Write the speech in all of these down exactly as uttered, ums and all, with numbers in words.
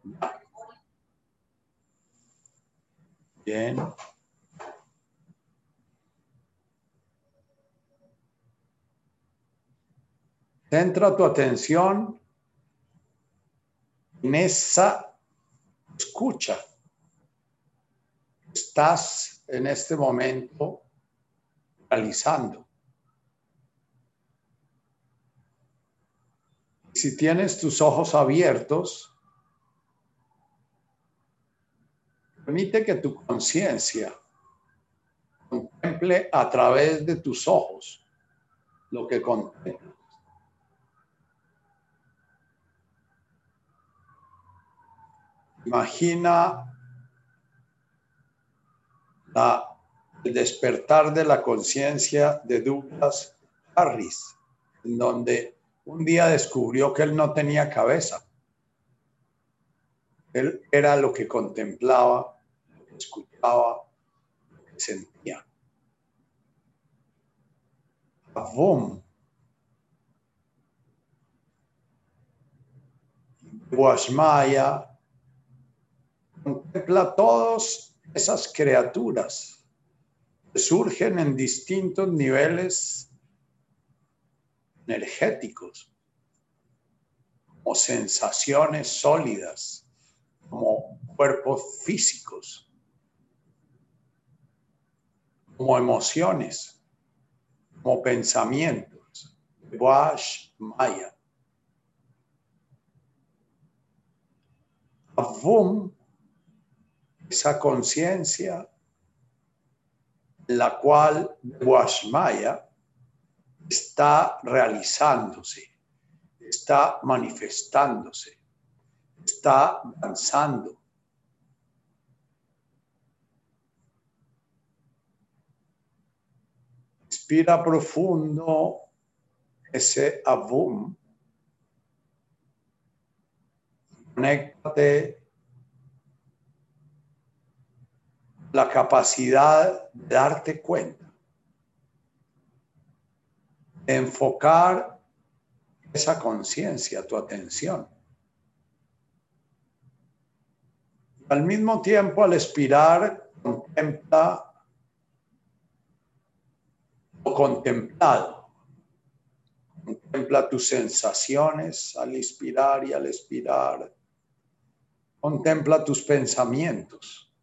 Bien. Centra tu atención en esa escucha. Estás en este momento realizando. Si tienes tus ojos abiertos, permite que tu conciencia contemple a través de tus ojos lo que contempla. Imagina la, el despertar de la conciencia de Douglas Harris, en donde un día descubrió que él no tenía cabeza. Él era lo que contemplaba, lo que escuchaba, lo que sentía. Avum, Guashmaya, contempla todas esas criaturas que surgen en distintos niveles energéticos, como sensaciones sólidas, como cuerpos físicos, como emociones, como pensamientos. Guashmaya. Avum, esa conciencia en la cual Guashmaya está realizándose, está manifestándose, está danzando. Respira profundo ese Avum. Conéctate la capacidad de darte cuenta, de enfocar esa conciencia, tu atención. Al mismo tiempo, al expirar, contempla lo contemplado. Contempla tus sensaciones al inspirar y al expirar. Contempla tus pensamientos.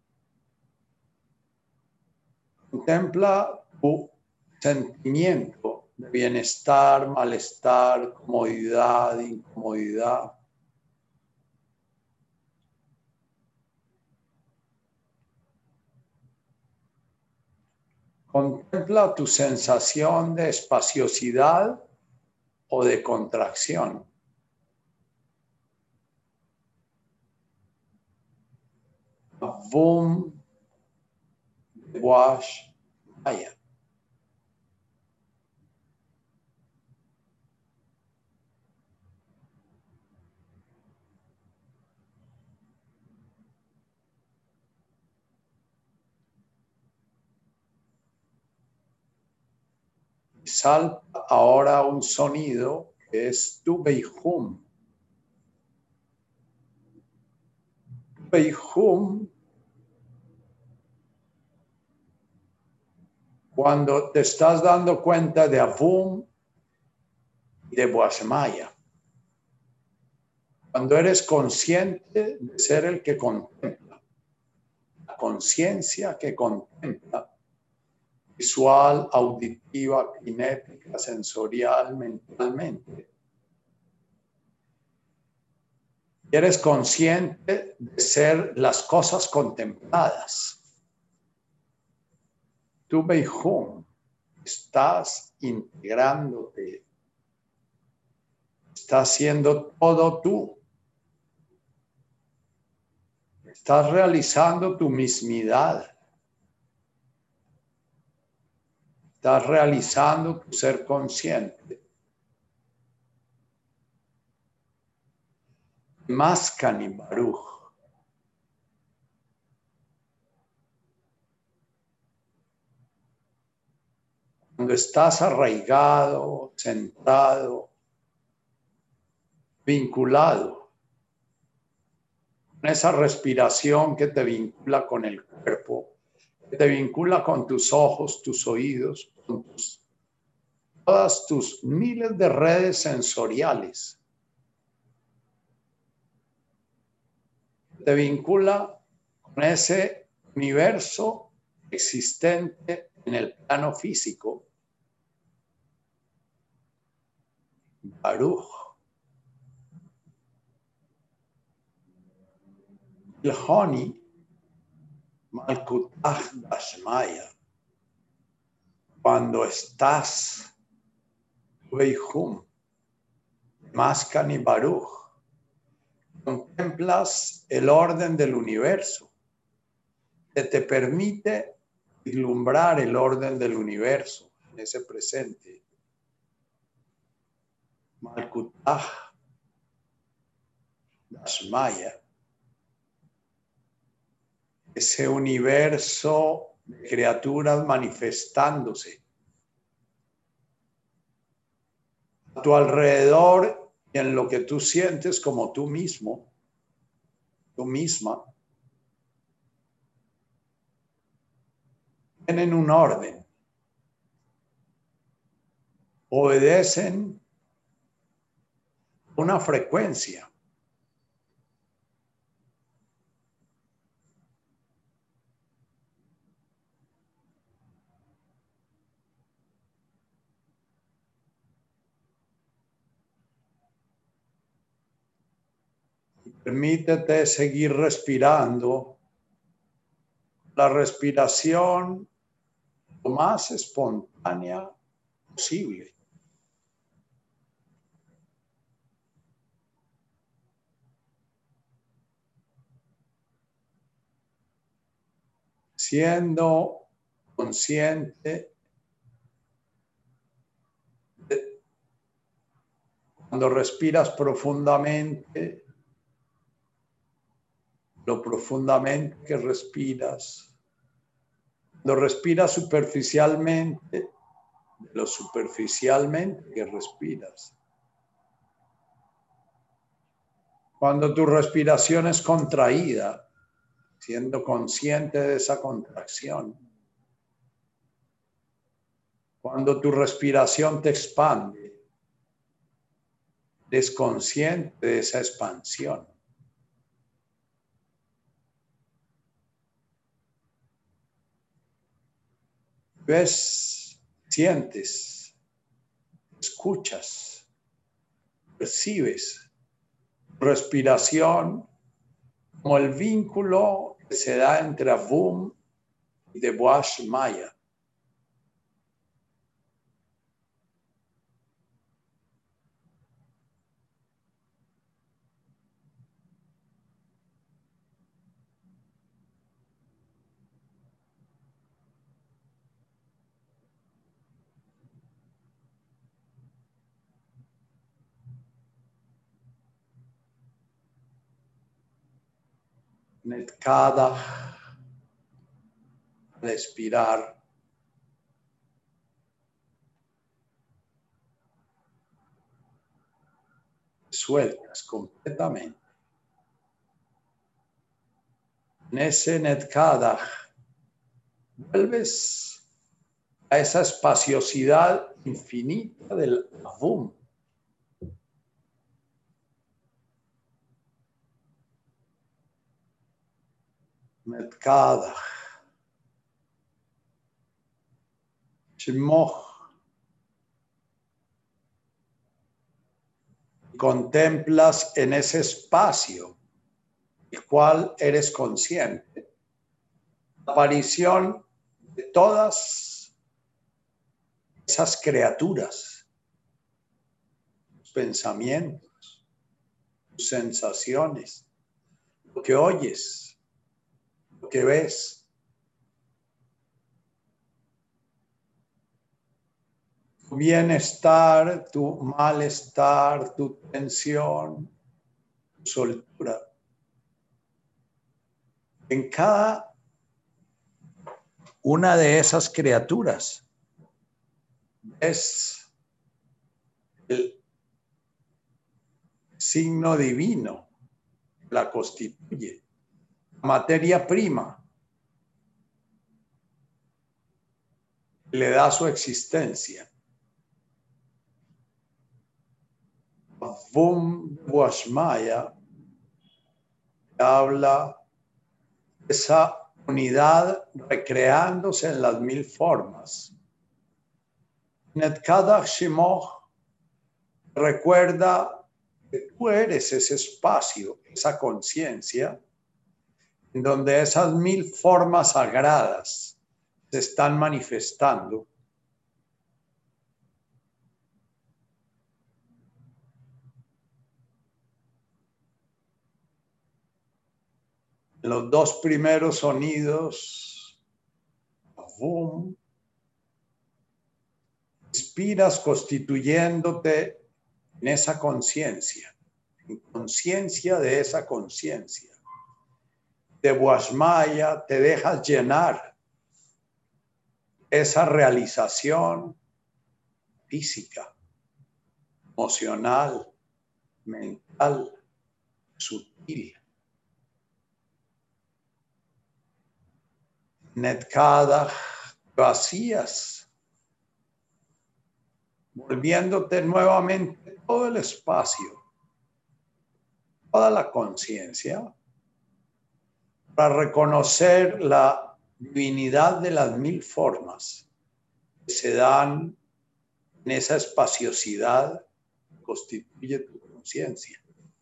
Contempla tu sentimiento de bienestar, malestar, comodidad, incomodidad. Contempla tu sensación de espaciosidad o de contracción. Avum, Guashmaya. Salta ahora un sonido que es tu beihum. Beihum, cuando te estás dando cuenta de Avum y de Guashmaya. Cuando eres consciente de ser el que contempla. La conciencia que contempla. Visual, auditiva, kinética, sensorial, mentalmente. Y eres consciente de ser las cosas contempladas. Tu beihum, estás integrándote, estás siendo todo tú. Estás realizando tu mismidad. Estás realizando tu ser consciente. Maskani Baruch. Cuando estás arraigado, centrado, vinculado esa respiración que te vincula con el cuerpo, que te vincula con tus ojos, tus oídos, con tus, todas tus miles de redes sensoriales. Te vincula con ese universo existente en el plano físico. Baruch. El Honi, Malkutah Dashmaya, cuando estás, Veihum, Maskani Baruch, contemplas el orden del universo, que te permite vislumbrar el orden del universo en ese presente. Malkutah Dashmaya, ese universo de criaturas manifestándose a tu alrededor y en lo que tú sientes como tú mismo, tú misma, tienen un orden, obedecen una frecuencia. Permítete seguir respirando la respiración lo más espontánea posible. Siendo consciente de cuando respiras profundamente, lo profundamente que respiras, lo respiras superficialmente, lo superficialmente que respiras. Cuando tu respiración es contraída, siendo consciente de esa contracción. Cuando tu respiración te expande, eres consciente de esa expansión. Ves, sientes, escuchas, percibes respiración como el vínculo que se da entre Avum y de Boash Maya. Netkada, respirar, sueltas completamente. En ese Netkada, vuelves a esa espaciosidad infinita del Avum. Netkada, Shimoch, contemplas en ese espacio el cual eres consciente la aparición de todas esas criaturas, tus pensamientos, tus sensaciones, lo que oyes, lo que ves. Tu bienestar, tu malestar, tu tensión, tu soltura. En cada una de esas criaturas es el signo divino, la constituye, la materia prima, le da su existencia. Vum Washmaya habla de esa unidad recreándose en las mil formas. Netkadach Shimoch recuerda que tú eres ese espacio, esa conciencia, en donde esas mil formas sagradas se están manifestando. Los dos primeros sonidos, boom, inspiras constituyéndote en esa conciencia, en conciencia de esa conciencia. De Washmaya te dejas llenar esa realización física, emocional, mental, sutil. Netkadach, vacías, volviéndote nuevamente todo el espacio, toda la conciencia, para reconocer la divinidad de las mil formas que se dan en esa espaciosidad que constituye tu conciencia.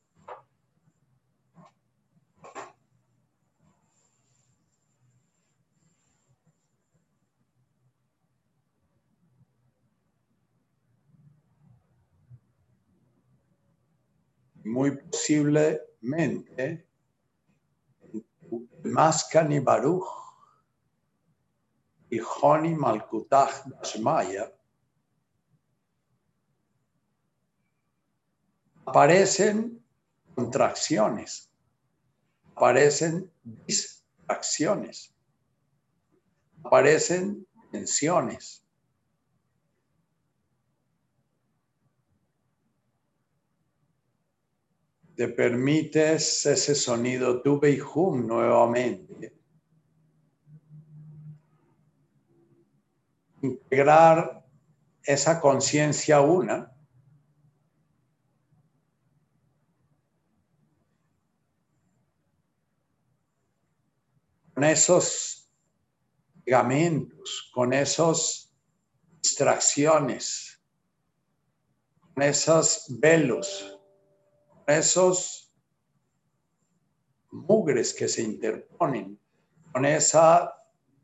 Muy posiblemente, Maskani Baruch y Honi Malkutach Dashmaya aparecen contracciones, aparecen distracciones, aparecen tensiones. Te permites ese sonido tu Beihum nuevamente. Integrar esa conciencia una. Con esos ligamentos, con esas distracciones, con esos velos, esos mugres que se interponen, con esa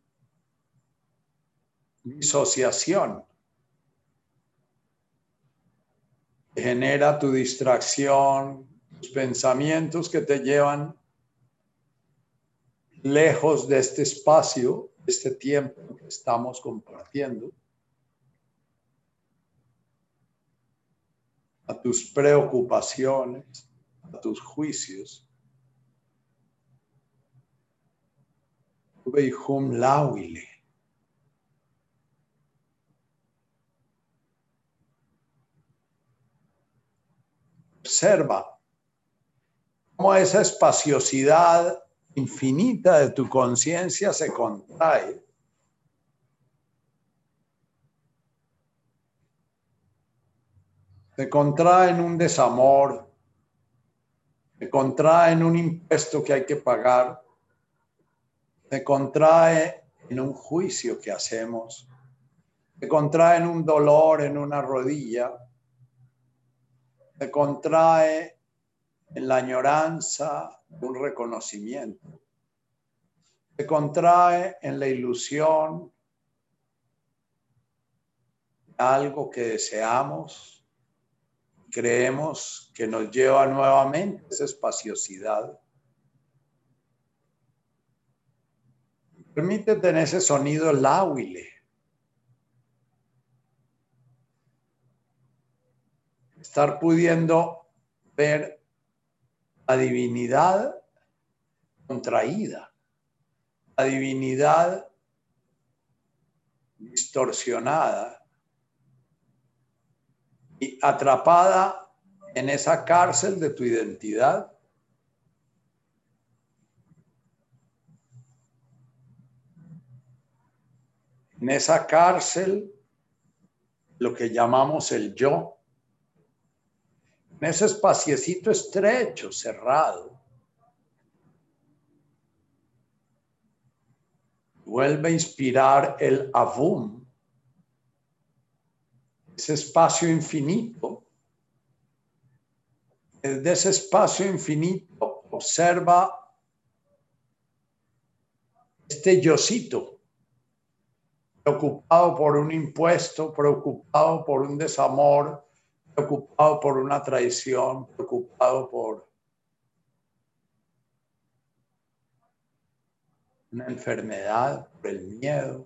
disociación que genera tu distracción, tus pensamientos que te llevan lejos de este espacio, de este tiempo que estamos compartiendo, a tus preocupaciones, a tus juicios. Beihum Lawile. Observa cómo esa espaciosidad infinita de tu conciencia se contrae. Se contrae en un desamor, se contrae en un impuesto que hay que pagar, se contrae en un juicio que hacemos, se contrae en un dolor en una rodilla, se contrae en la añoranza de un reconocimiento, se contrae en la ilusión de algo que deseamos. Creemos que nos lleva nuevamente a esa espaciosidad. Permítete en ese sonido láhuile. Estar pudiendo ver la divinidad contraída, la divinidad distorsionada y atrapada en esa cárcel de tu identidad, en esa cárcel, lo que llamamos el yo, en ese espaciecito estrecho, cerrado. Vuelve a inspirar el Avum, ese espacio infinito. Desde ese espacio infinito observa este yocito, preocupado por un impuesto, preocupado por un desamor, preocupado por una traición, preocupado por una enfermedad, por el miedo.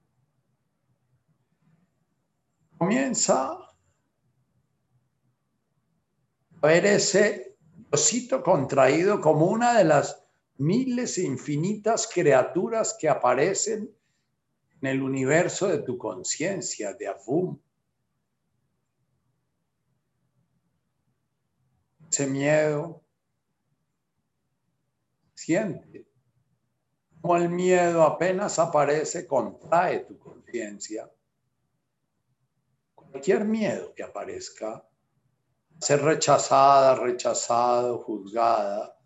Comienza a ver ese yocito contraído como una de las miles e infinitas criaturas que aparecen en el universo de tu conciencia, de Avum. Ese miedo, siente como el miedo apenas aparece, contrae tu conciencia. Cualquier miedo que aparezca, ser rechazada, rechazado, juzgada,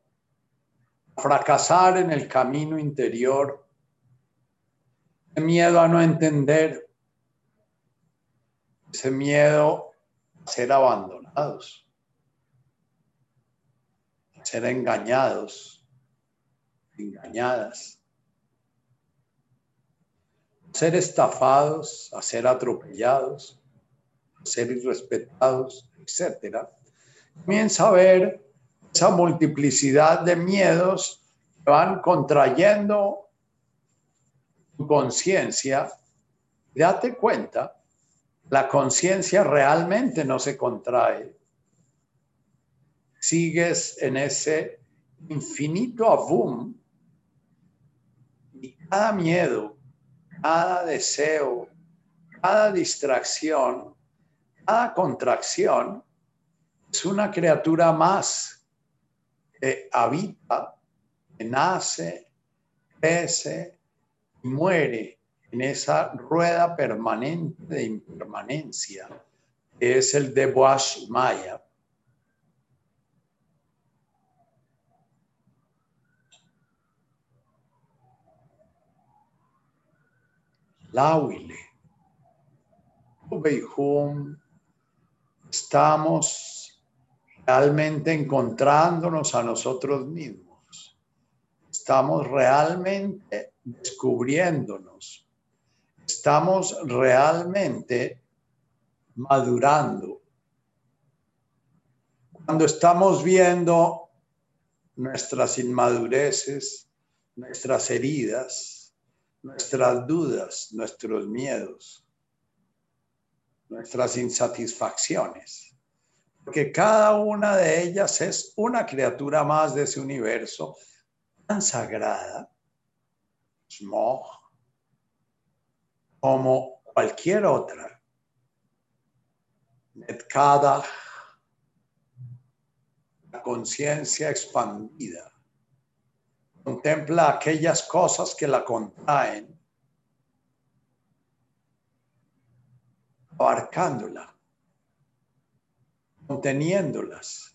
fracasar en el camino interior, ese miedo a no entender, ese miedo a ser abandonados, a ser engañados, engañadas, a ser estafados, a ser atropellados, a ser irrespetados, etcétera. Comienza a ver esa multiplicidad de miedos que van contrayendo tu conciencia. Date cuenta, la conciencia realmente no se contrae. Sigues en ese infinito Avum y cada miedo, cada deseo, cada distracción, cada contracción es una criatura más que habita, que nace, crece y muere en esa rueda permanente de impermanencia que es el Deboash Maya. Lauile. Estamos realmente encontrándonos a nosotros mismos. Estamos realmente descubriéndonos. Estamos realmente madurando. Cuando estamos viendo nuestras inmadureces, nuestras heridas, nuestras dudas, nuestros miedos, nuestras insatisfacciones, porque cada una de ellas es una criatura más de ese universo tan sagrada, Smog, como cualquier otra. Netkada, la conciencia expandida, contempla aquellas cosas que la contraen, abarcándola, conteniéndolas,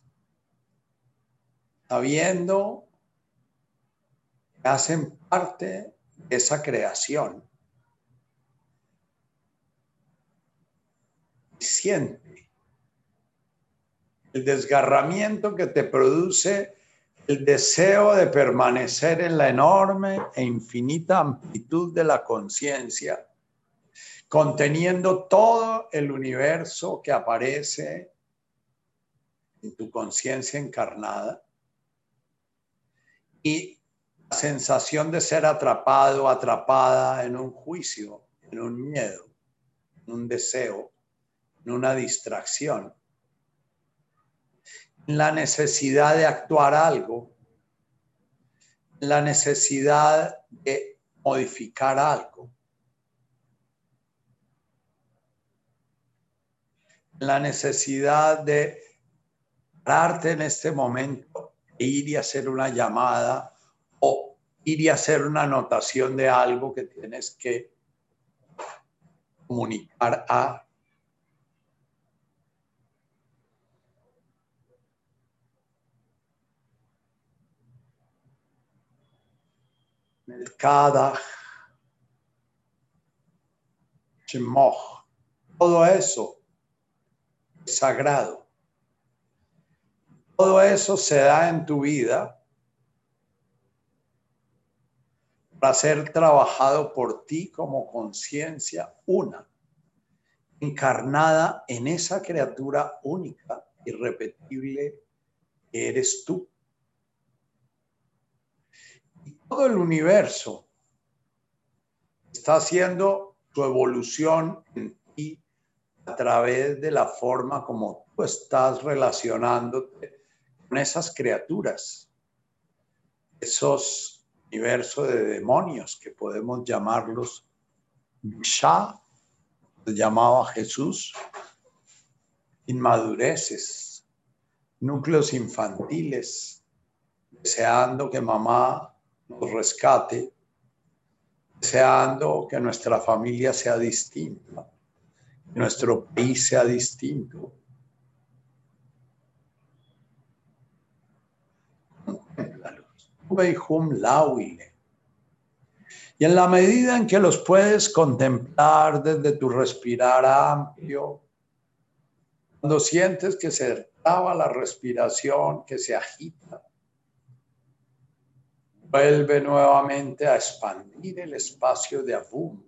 sabiendo que hacen parte de esa creación. Y siente el desgarramiento que te produce el deseo de permanecer en la enorme e infinita amplitud de la conciencia, conteniendo todo el universo que aparece en tu conciencia encarnada, y la sensación de ser atrapado, atrapada en un juicio, en un miedo, en un deseo, en una distracción, en la necesidad de actuar algo, en la necesidad de modificar algo, en la necesidad de pararte en este momento e ir y hacer una llamada o ir y hacer una anotación de algo que tienes que comunicar a. Cada Shemoch, todo eso es sagrado. Todo eso se da en tu vida para ser trabajado por ti como conciencia una, encarnada en esa criatura única, irrepetible que eres tú. Y todo el universo está haciendo su evolución en ti a través de la forma como tú estás relacionándote con esas criaturas, esos universos de demonios que podemos llamarlos Shah, llamaba Jesús, inmadureces, núcleos infantiles, deseando que mamá nos rescate, deseando que nuestra familia sea distinta, que nuestro país sea distinto. Contémplalos. Y en la medida en que los puedes contemplar desde tu respirar amplio, cuando sientes que se traba la respiración, que se agita, vuelve nuevamente a expandir el espacio de Avum.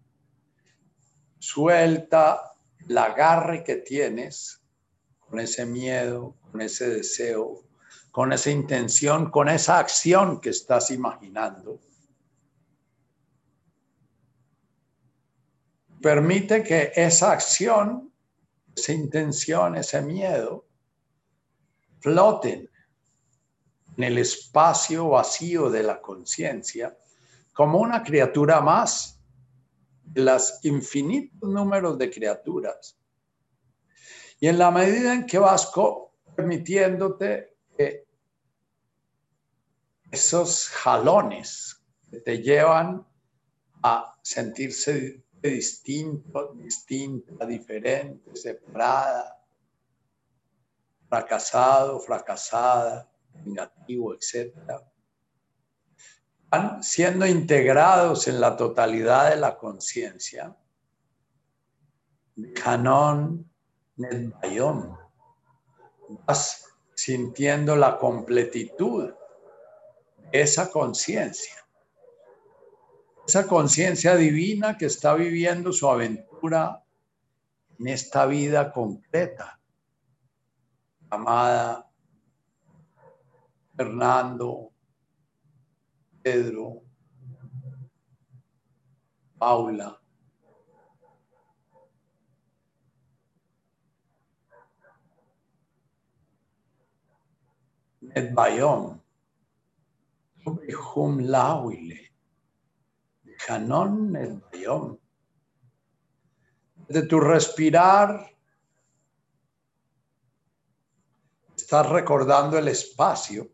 Suelta el agarre que tienes con ese miedo, con ese deseo, con esa intención, con esa acción que estás imaginando. Permite que esa acción, esa intención, ese miedo, floten en el espacio vacío de la conciencia como una criatura más de los infinitos números de criaturas. Y en la medida en que vas permitiéndote que esos jalones que te llevan a sentirse distinto, distinta, diferente, separada, fracasado, fracasada, negativo, etcétera, van siendo integrados en la totalidad de la conciencia. Canon Netbayom, vas sintiendo la completitud de esa conciencia, esa conciencia divina que está viviendo su aventura en esta vida concreta, llamada Fernando, Pedro, Paula, Netbayom, Hum Lawile, Canon Netbayom. De tu respirar, estás recordando el espacio.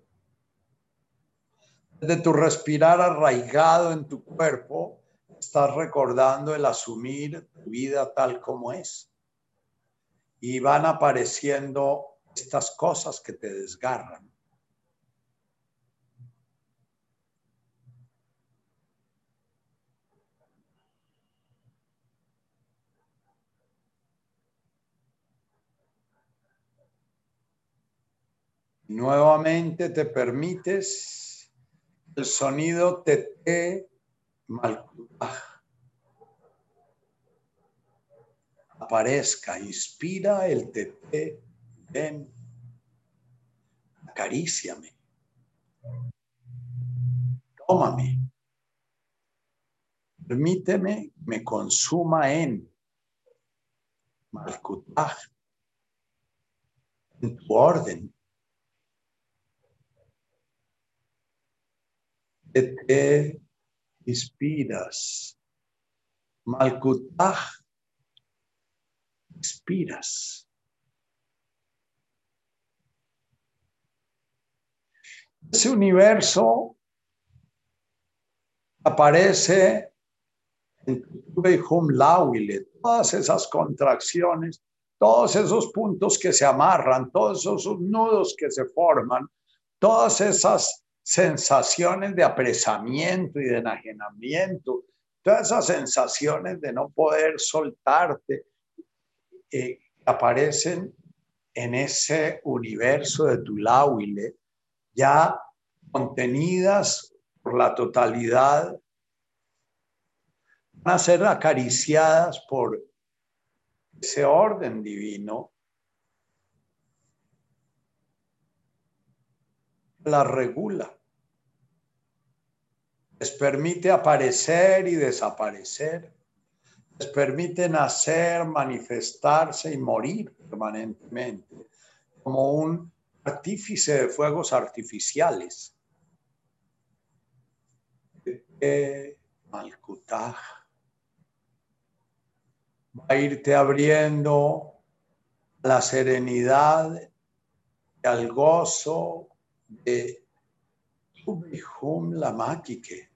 De tu respirar arraigado en tu cuerpo, estás recordando el asumir tu vida tal como es. Y van apareciendo estas cosas que te desgarran. Nuevamente te permites el sonido Tete Malkutaj aparezca, inspira el Tete, ven, acaríciame, tómame, permíteme, me consuma en Malkutaj, en tu orden. Te inspiras, Malkutaj, expiras. Ese universo aparece en tu Beihum Lawile, todas esas contracciones, todos esos puntos que se amarran, todos esos nudos que se forman, todas esas sensaciones de apresamiento y de enajenamiento, todas esas sensaciones de no poder soltarte, eh, aparecen en ese universo de tu Lawile, ya contenidas por la totalidad, van a ser acariciadas por ese orden divino, la regula, les permite aparecer y desaparecer, les permite nacer, manifestarse y morir permanentemente, como un artífice de fuegos artificiales. Eh, Malkutaj va a irte abriendo la serenidad y al gozo de tu Beihum Lamakike,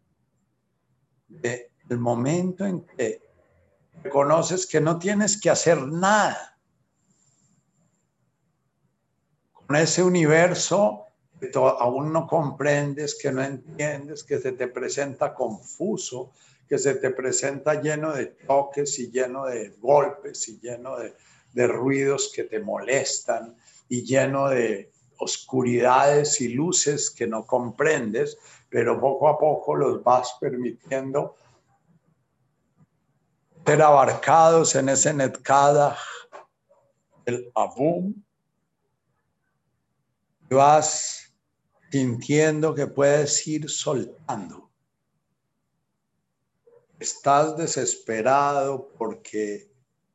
de el momento en que reconoces que no tienes que hacer nada con ese universo que aún no comprendes, que no entiendes, que se te presenta confuso, que se te presenta lleno de choques y lleno de golpes y lleno de, de ruidos que te molestan y lleno de oscuridades y luces que no comprendes, pero poco a poco los vas permitiendo ser abarcados en ese netkada, el abum, y vas sintiendo que puedes ir soltando. Estás desesperado porque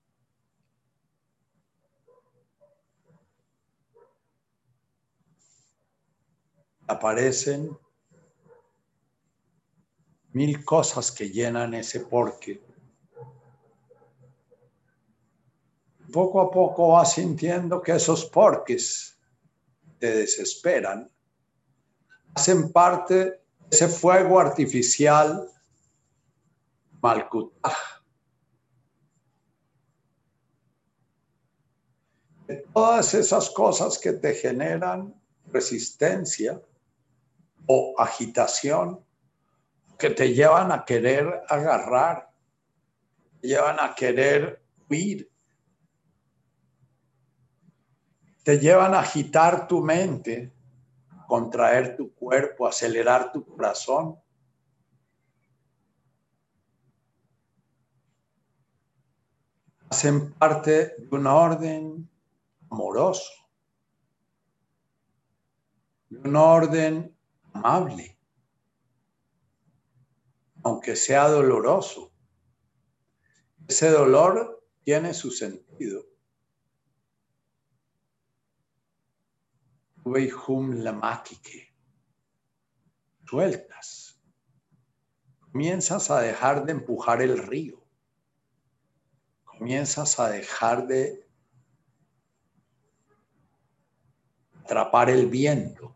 aparecen mil cosas que llenan ese porqué. Poco a poco vas sintiendo que esos porqués te desesperan, hacen parte de ese fuego artificial Malkutaj, de todas esas cosas que te generan resistencia o agitación, que te llevan a querer agarrar, te llevan a querer huir, te llevan a agitar tu mente, contraer tu cuerpo, acelerar tu corazón. Hacen parte de un orden amoroso, de un orden amable, aunque sea doloroso. Ese dolor tiene su sentido. Beihum Lamakike. Sueltas. Comienzas a dejar de empujar el río. Comienzas a dejar de atrapar el viento.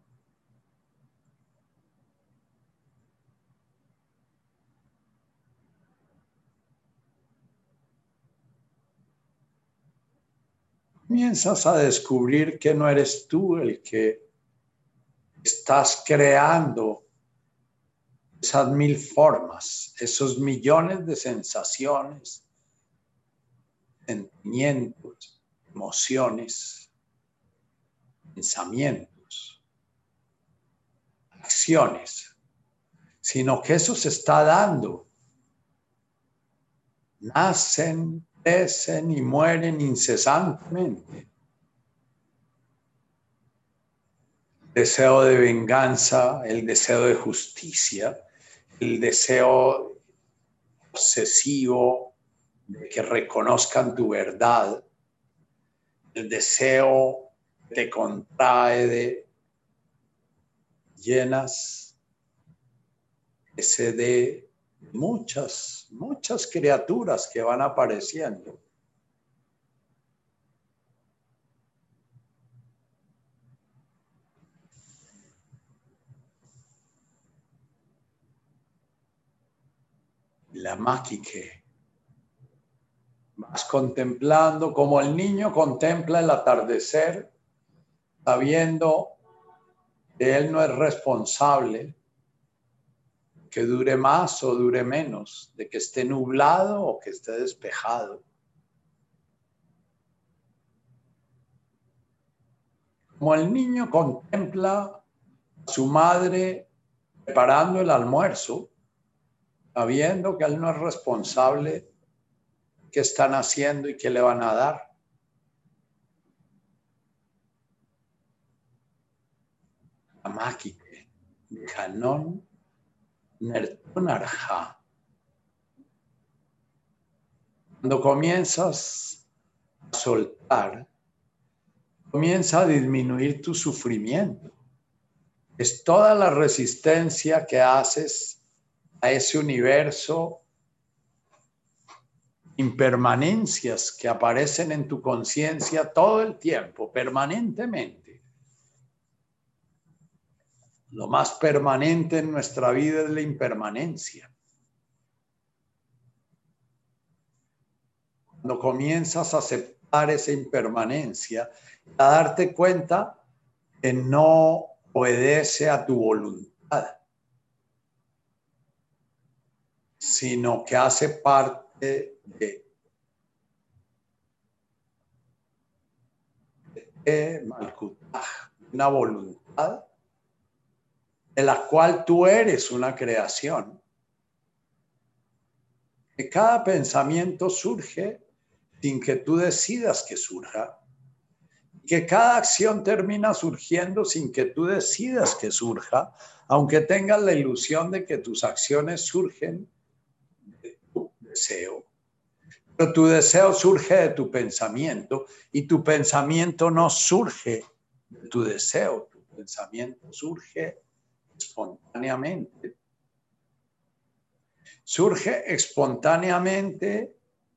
Comienzas a descubrir que no eres tú el que estás creando esas mil formas, esos millones de sensaciones, sentimientos, emociones, pensamientos, acciones, sino que eso se está dando. Nacen, crecen y mueren incesantemente. El deseo de venganza, el deseo de justicia, el deseo obsesivo de que reconozcan tu verdad, el deseo que te contrae de llenas ese de muchas, muchas criaturas que van apareciendo. la máquica. Vas contemplando como el niño contempla el atardecer, sabiendo que él no es responsable, que dure más o dure menos, de que esté nublado o que esté despejado. Como el niño contempla a su madre preparando el almuerzo, sabiendo que él no es responsable, qué están haciendo y qué le van a dar. La máquina, Canon Nertonarja. Cuando comienzas a soltar, comienza a disminuir tu sufrimiento. Es toda la resistencia que haces a ese universo, impermanencias que aparecen en tu conciencia todo el tiempo, permanentemente. Lo más permanente en nuestra vida es la impermanencia. Cuando comienzas a aceptar esa impermanencia, a darte cuenta que no obedece a tu voluntad, sino que hace parte de, de Malkutaj, una voluntad de la cual tú eres una creación. Que cada pensamiento surge sin que tú decidas que surja. Que cada acción termina surgiendo sin que tú decidas que surja, aunque tengas la ilusión de que tus acciones surgen de tu deseo. Pero tu deseo surge de tu pensamiento y tu pensamiento no surge de tu deseo. Tu pensamiento surge espontáneamente. Surge espontáneamente,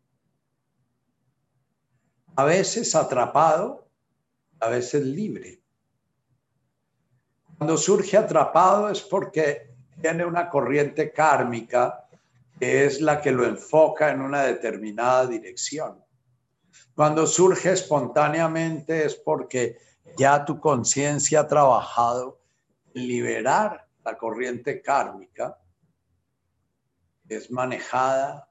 a veces atrapado, a veces libre. Cuando surge atrapado es porque tiene una corriente kármica que es la que lo enfoca en una determinada dirección. Cuando surge espontáneamente es porque ya tu conciencia ha trabajado en liberar la corriente kármica, que es manejada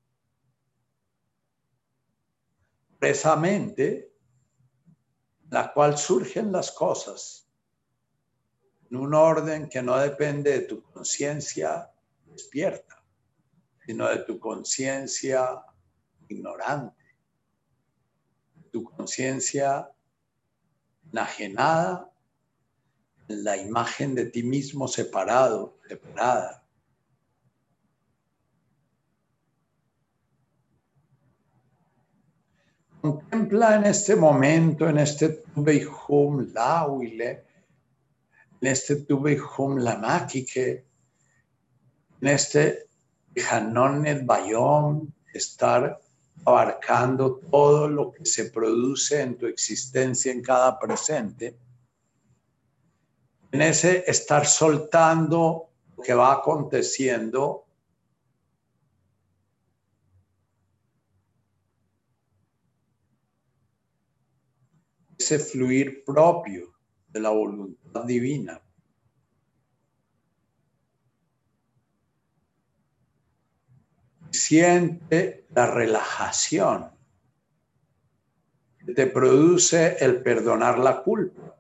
precisamente, la cual surgen las cosas en un orden que no depende de tu conciencia despierta, sino de tu conciencia ignorante, tu conciencia enajenada en la imagen de ti mismo separado, separada. Contempla en este momento, en este Tubeihum Lauile, en este Tubeihum Lamakike, en este Hanon el Bayom, estar abarcando todo lo que se produce en tu existencia en cada presente, en ese estar soltando lo que va aconteciendo, ese fluir propio de la voluntad divina. Siente la relajación que te produce el perdonar la culpa,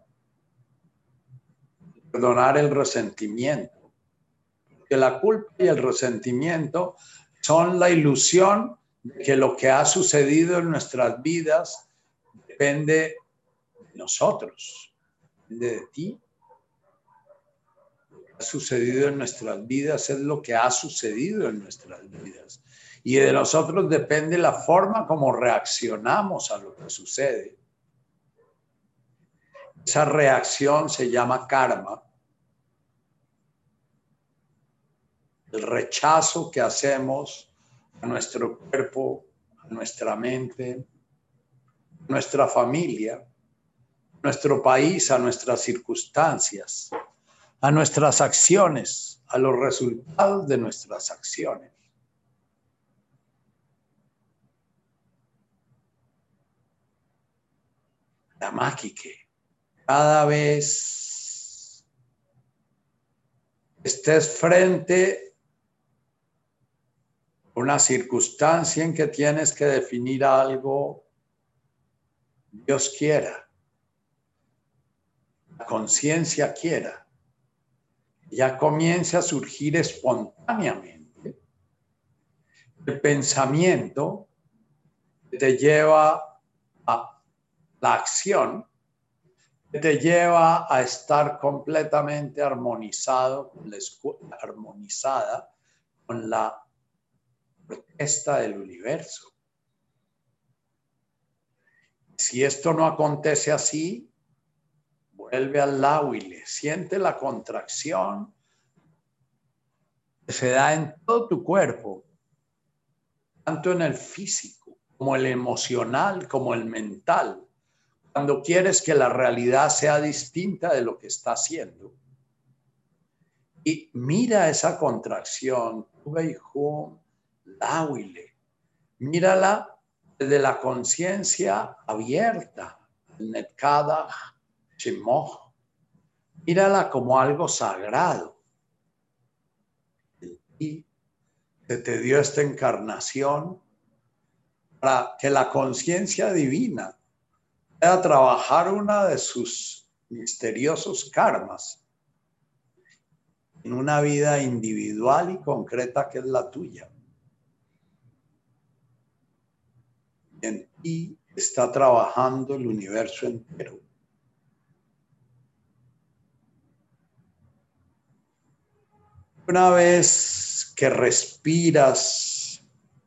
perdonar el resentimiento. Porque la culpa y el resentimiento son la ilusión de que lo que ha sucedido en nuestras vidas depende de nosotros, depende de ti. Lo que ha sucedido en nuestras vidas es lo que ha sucedido en nuestras vidas. Y de nosotros depende la forma como reaccionamos a lo que sucede. Esa reacción se llama karma. El rechazo que hacemos a nuestro cuerpo, a nuestra mente, a nuestra familia, a nuestro país, a nuestras circunstancias, a nuestras acciones, a los resultados de nuestras acciones. la máquique. Cada vez estés frente a una circunstancia en que tienes que definir algo, Dios quiera, la conciencia quiera, ya comience a surgir espontáneamente el pensamiento que te lleva a la acción, que te lleva a estar completamente armonizado, con la armonizada con la orquesta del universo. Si esto no acontece así, vuelve al láhuile, siente la contracción que se da en todo tu cuerpo, tanto en el físico como el emocional, como el mental, cuando quieres que la realidad sea distinta de lo que está haciendo. Y mira esa contracción, láhuile, mírala desde la conciencia abierta, netkada, shimoh, mírala como algo sagrado. Y se te dio esta encarnación para que la conciencia divina pueda trabajar una de sus misteriosos karmas en una vida individual y concreta que es la tuya. En ti está trabajando el universo entero. Una vez que respiras,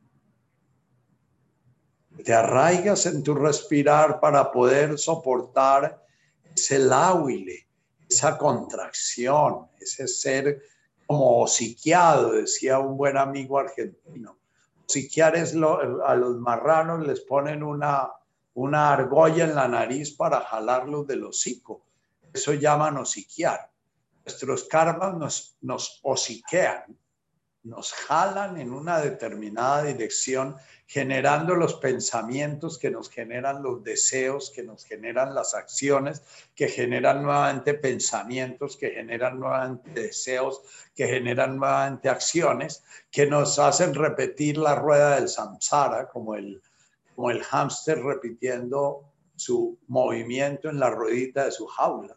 te arraigas en tu respirar para poder soportar ese láhuile, esa contracción, ese ser como hociqueado, decía un buen amigo argentino. Hociquear es lo, a los marranos les ponen una, una argolla en la nariz para jalarlos del hocico. Eso llaman hociquear. Nuestros karmas nos, nos hociquean, nos jalan en una determinada dirección, generando los pensamientos que nos generan los deseos, que nos generan las acciones, que generan nuevamente pensamientos, que generan nuevamente deseos, que generan nuevamente acciones, que nos hacen repetir la rueda del samsara, como el, como el hámster repitiendo su movimiento en la ruedita de su jaula.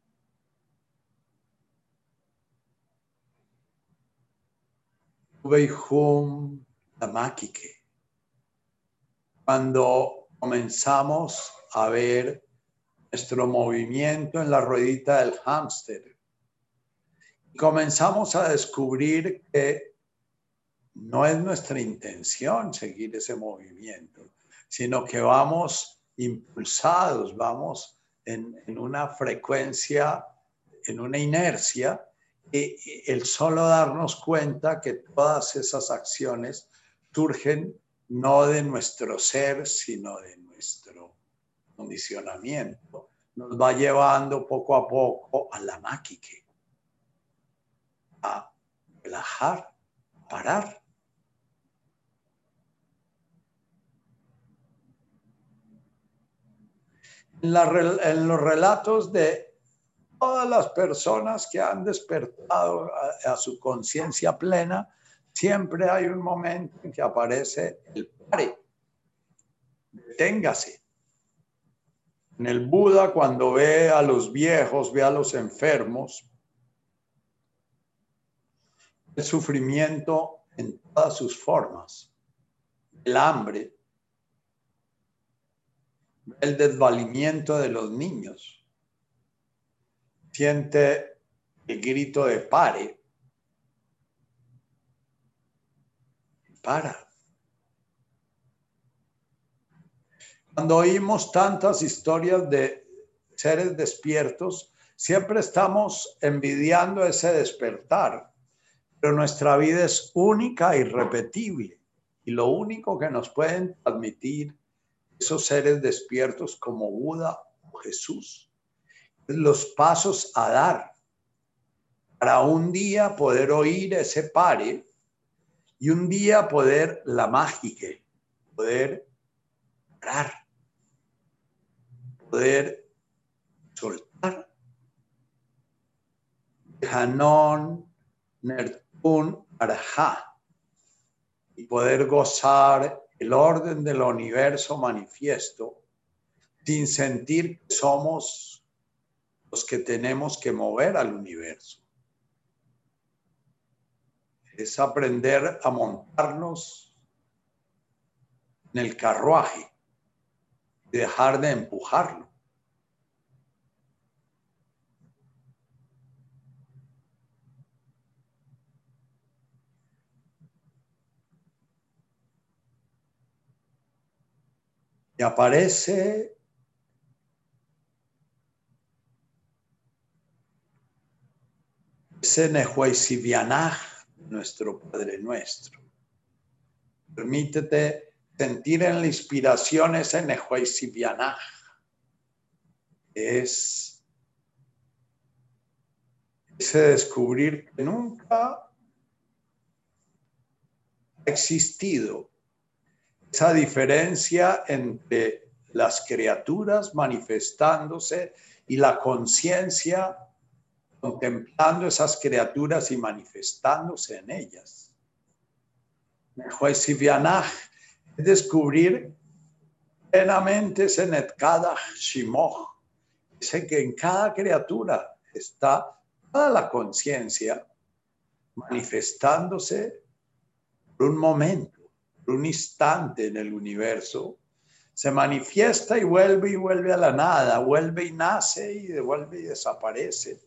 Cuando comenzamos a ver nuestro movimiento en la ruedita del hámster, comenzamos a descubrir que no es nuestra intención seguir ese movimiento, sino que vamos impulsados, vamos en, en una frecuencia, en una inercia, y el solo darnos cuenta que todas esas acciones surgen no de nuestro ser, sino de nuestro condicionamiento, nos va llevando poco a poco a la máquique, a relajar, a parar. En, la, en los relatos de todas las personas que han despertado a, a su conciencia plena, siempre hay un momento en que aparece el pare, deténgase. En el Buda, cuando ve a los viejos, ve a los enfermos, el sufrimiento en todas sus formas, el hambre, el desvalimiento de los niños, siente el grito de pare, para. Cuando oímos tantas historias de seres despiertos, siempre estamos envidiando ese despertar, pero nuestra vida es única e irrepetible, y lo único que nos pueden transmitir esos seres despiertos como Buda o Jesús es los pasos a dar para un día poder oír ese pare y un día poder la mágica, poder parar, poder soltar. Hanon, Nertun, Arha, y poder gozar el orden del universo manifiesto sin sentir que somos los que tenemos que mover al universo. Es aprender a montarnos en el carruaje y dejar de empujarlo. Y aparece ese Nehuesivianaj, nuestro Padre Nuestro. Permítete sentir en la inspiración ese Nehuesivianaj. Es ese descubrir que nunca ha existido esa diferencia entre las criaturas manifestándose y la conciencia contemplando esas criaturas y manifestándose en ellas. Nehuesivianaj es descubrir plenamente ese Netkadach Shimoch, ese que en cada criatura está toda la conciencia manifestándose por un momento, por un instante en el universo, se manifiesta y vuelve y vuelve a la nada, vuelve y nace y devuelve y desaparece.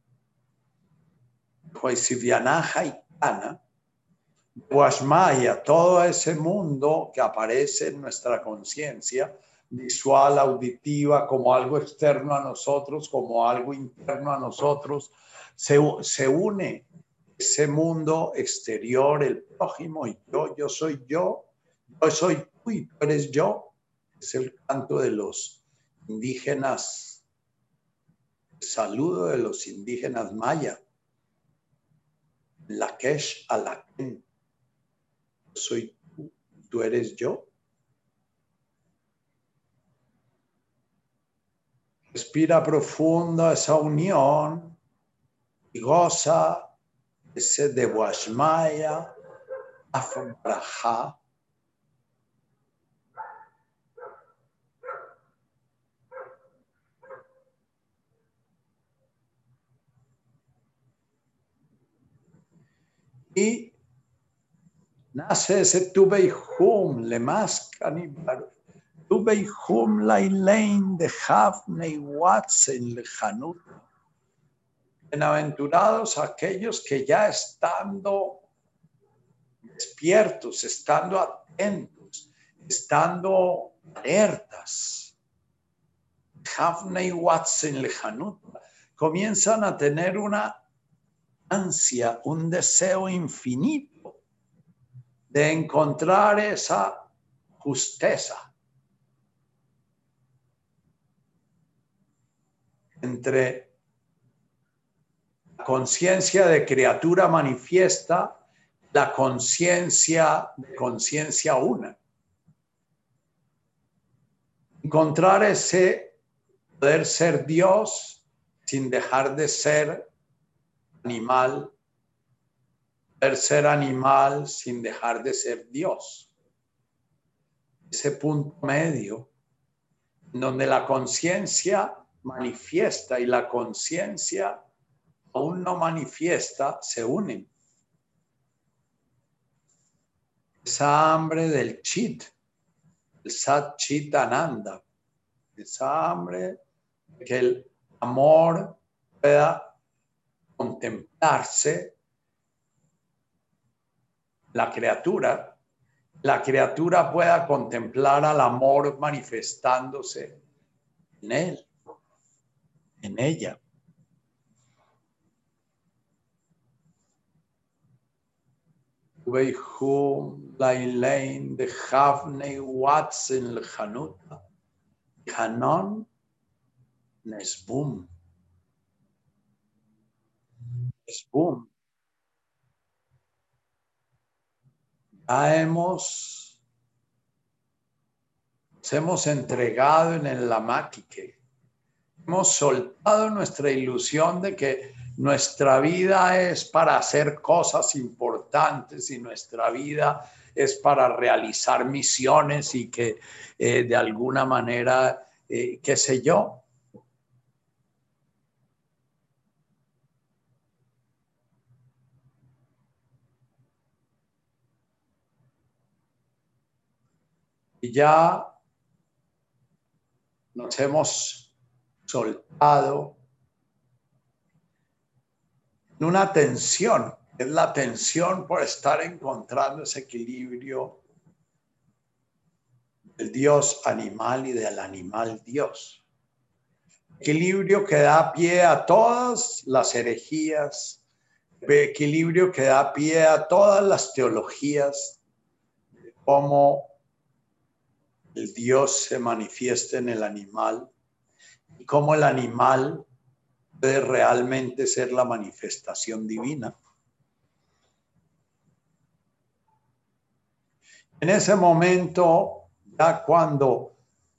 Nehuesivianaj y Kana, Washmaya, todo ese mundo que aparece en nuestra conciencia, visual, auditiva, como algo externo a nosotros, como algo interno a nosotros, se, se une ese mundo exterior, el prójimo y yo, yo soy yo, yo soy tú y tú eres yo. Es el canto de los indígenas, el saludo de los indígenas maya. Lakesh Alaken. Yo soy tú, tú eres yo. Respira profundo esa unión y goza ese de Washmaya, Afbraja. Y nace ese Tubeihum, le más canibar. Tubeihum Lailein de Havnei Watson Lejanut. Bienaventurados aquellos que ya estando despiertos, estando atentos, estando alertas, Havnei Watson Lejanut, comienzan a tener una ansia, un deseo infinito de encontrar esa justeza entre la conciencia de criatura manifiesta, la conciencia de conciencia una. Encontrar ese poder ser Dios sin dejar de ser animal, poder ser animal sin dejar de ser Dios. Ese punto medio donde la conciencia manifiesta y la conciencia aún no manifiesta se unen. Esa hambre del chit, el Sat Chit Ananda, esa hambre de que el amor pueda contemplarse la criatura, la criatura pueda contemplar al amor manifestándose en él, en ella. Veihum Lailein de Havnei Watson Lejanuta, Hanon Nesbum. Nesbum. Ya hemos nos hemos entregado en el Lamáquique. Hemos soltado nuestra ilusión de que nuestra vida es para hacer cosas importantes y nuestra vida es para realizar misiones y que eh, de alguna manera, eh, qué sé yo. Y ya nos hemos soltado en una tensión, es la tensión por estar encontrando ese equilibrio del Dios animal y del animal Dios. Equilibrio que da pie a todas las herejías, equilibrio que da pie a todas las teologías, de cómo el Dios se manifiesta en el animal y cómo el animal puede realmente ser la manifestación divina. En ese momento, ya cuando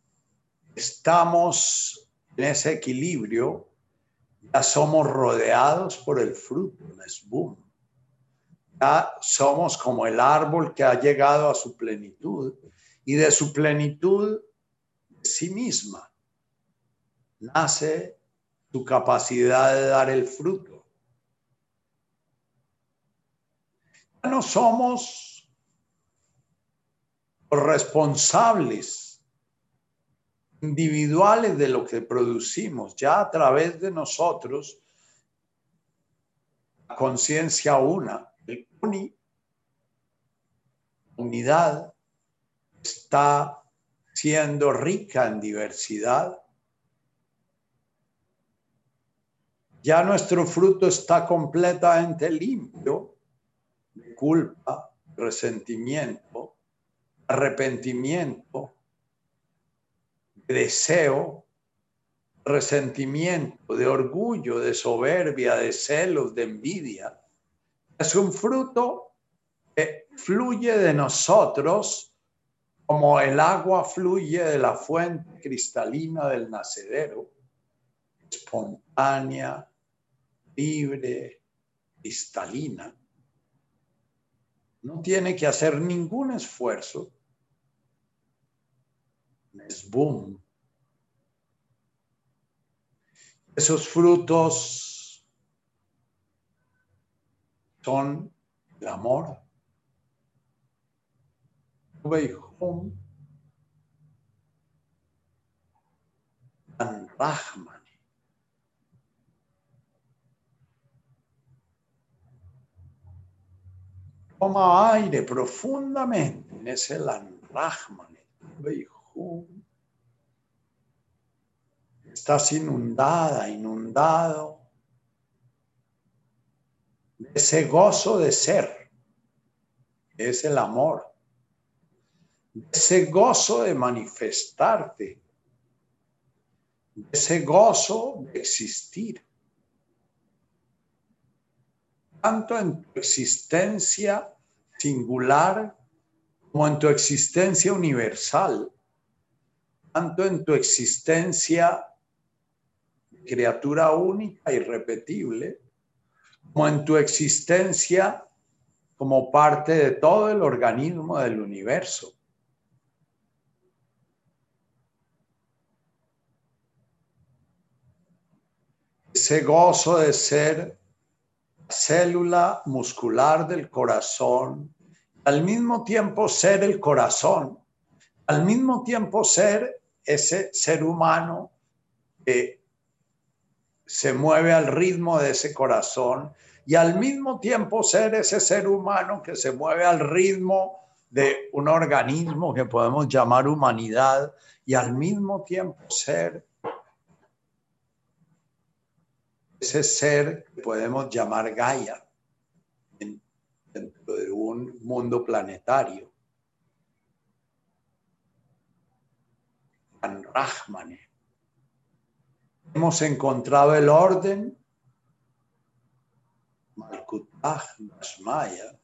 estamos en ese equilibrio, ya somos rodeados por el fruto, es boom. Ya somos como el árbol que ha llegado a su plenitud y de su plenitud de sí misma nace su capacidad de dar el fruto. Ya no somos los responsables individuales de lo que producimos, ya a través de nosotros, la conciencia una, el uni, unidad, está siendo rica en diversidad. Ya nuestro fruto está completamente limpio de culpa, resentimiento, arrepentimiento, deseo, resentimiento, de orgullo, de soberbia, de celos, de envidia. Es un fruto que fluye de nosotros como el agua fluye de la fuente cristalina del nacedero, espontánea, libre, cristalina. No tiene que hacer ningún esfuerzo. Es boom. Esos frutos son el amor. An Rahman. Toma aire profundamente en ese Lan Rahman. Estás inundada, inundado de ese gozo de ser, que es el amor, de ese gozo de manifestarte, de ese gozo de existir, tanto en tu existencia singular como en tu existencia universal, tanto en tu existencia criatura única, irrepetible, como en tu existencia como parte de todo el organismo del universo. Ese gozo de ser célula muscular del corazón, al mismo tiempo ser el corazón, al mismo tiempo ser ese ser humano que se mueve al ritmo de ese corazón y al mismo tiempo ser ese ser humano que se mueve al ritmo de un organismo que podemos llamar humanidad y al mismo tiempo ser ese ser que podemos llamar Gaia dentro de un mundo planetario. An Rahman. Hemos encontrado el orden, Malkutah Maya,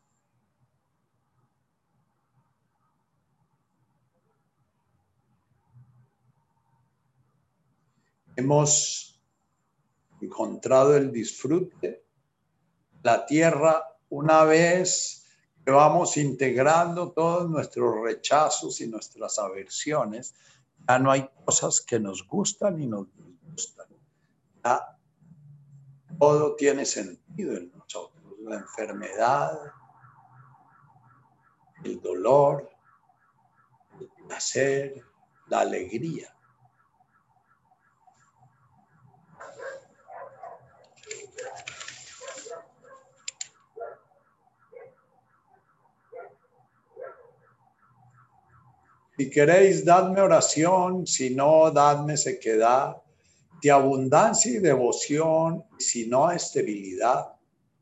hemos encontrado el disfrute, la tierra, una vez que vamos integrando todos nuestros rechazos y nuestras aversiones, ya no hay cosas que nos gustan y nos disgustan. Ya todo tiene sentido en nosotros. La enfermedad, el dolor, el placer, la alegría. Si queréis, dadme oración, si no, dadme sequedad, de abundancia y devoción, y si no, esterilidad.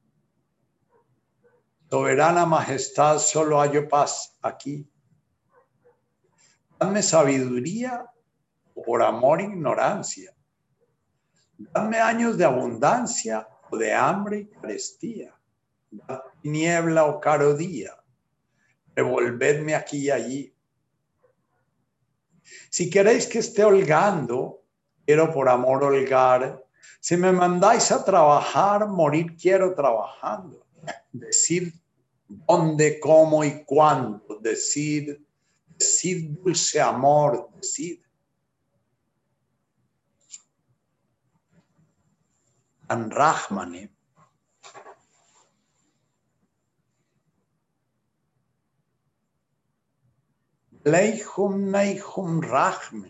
Soberana majestad, solo hallo paz aquí. Dadme sabiduría o por amor ignorancia. Dadme años de abundancia o de hambre y carestía. Dadme niebla o caro día. Revolvedme aquí y allí. Si queréis que esté holgando, quiero por amor holgar. Si me mandáis a trabajar, morir quiero trabajando. Decir dónde, cómo y cuándo. Decir, decir dulce amor, decir. An Rahmane. Leihum Neihum Rahme.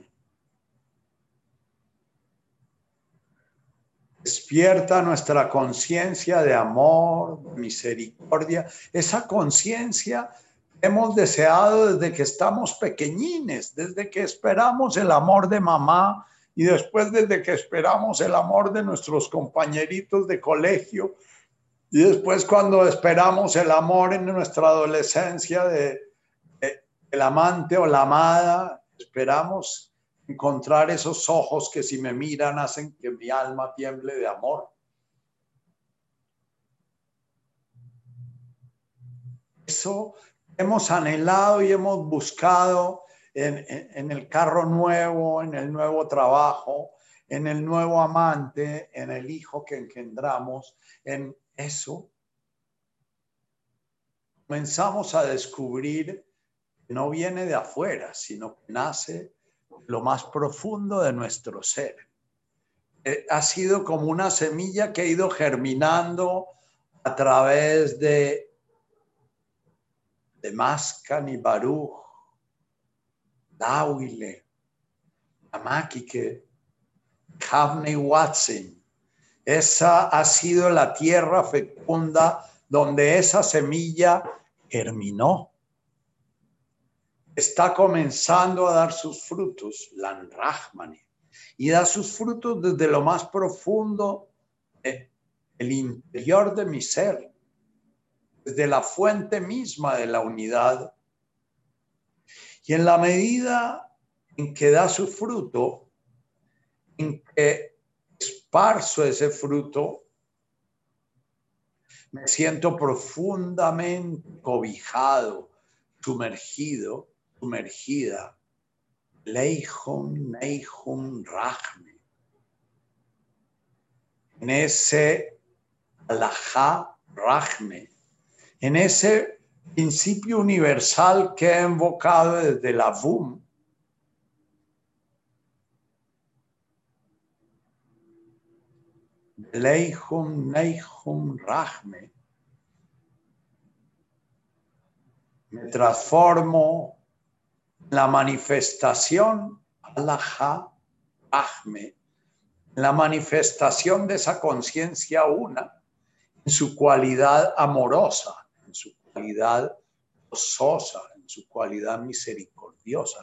Despierta nuestra conciencia de amor, de misericordia, esa conciencia que hemos deseado desde que estamos pequeñines, desde que esperamos el amor de mamá y después desde que esperamos el amor de nuestros compañeritos de colegio y después cuando esperamos el amor en nuestra adolescencia de, de el amante o la amada, esperamos encontrar esos ojos que si me miran hacen que mi alma tiemble de amor. Eso hemos anhelado y hemos buscado en, en, en el carro nuevo, en el nuevo trabajo, en el nuevo amante, en el hijo que engendramos, en eso. Comenzamos a descubrir que no viene de afuera, sino que nace lo más profundo de nuestro ser. Eh, ha sido como una semilla que ha ido germinando a través de, de Mascan y Baruch, Dawile, Amakike, Havne y Watson. Esa ha sido la tierra fecunda donde esa semilla germinó. Está comenzando a dar sus frutos, Lan Rahmani, y da sus frutos desde lo más profundo del interior de mi ser, desde la fuente misma de la unidad. Y en la medida en que da su fruto, en que esparzo ese fruto, me siento profundamente cobijado, sumergido, sumergida, Leihum Neihum Rahme, en ese Alajá Rahme, en ese principio universal que he invocado desde la V U M. Leihum Neihum Rahme. Me transformo la manifestación Alajá Rahme, la manifestación de esa conciencia una, en su cualidad amorosa, en su cualidad gozosa, en su cualidad misericordiosa.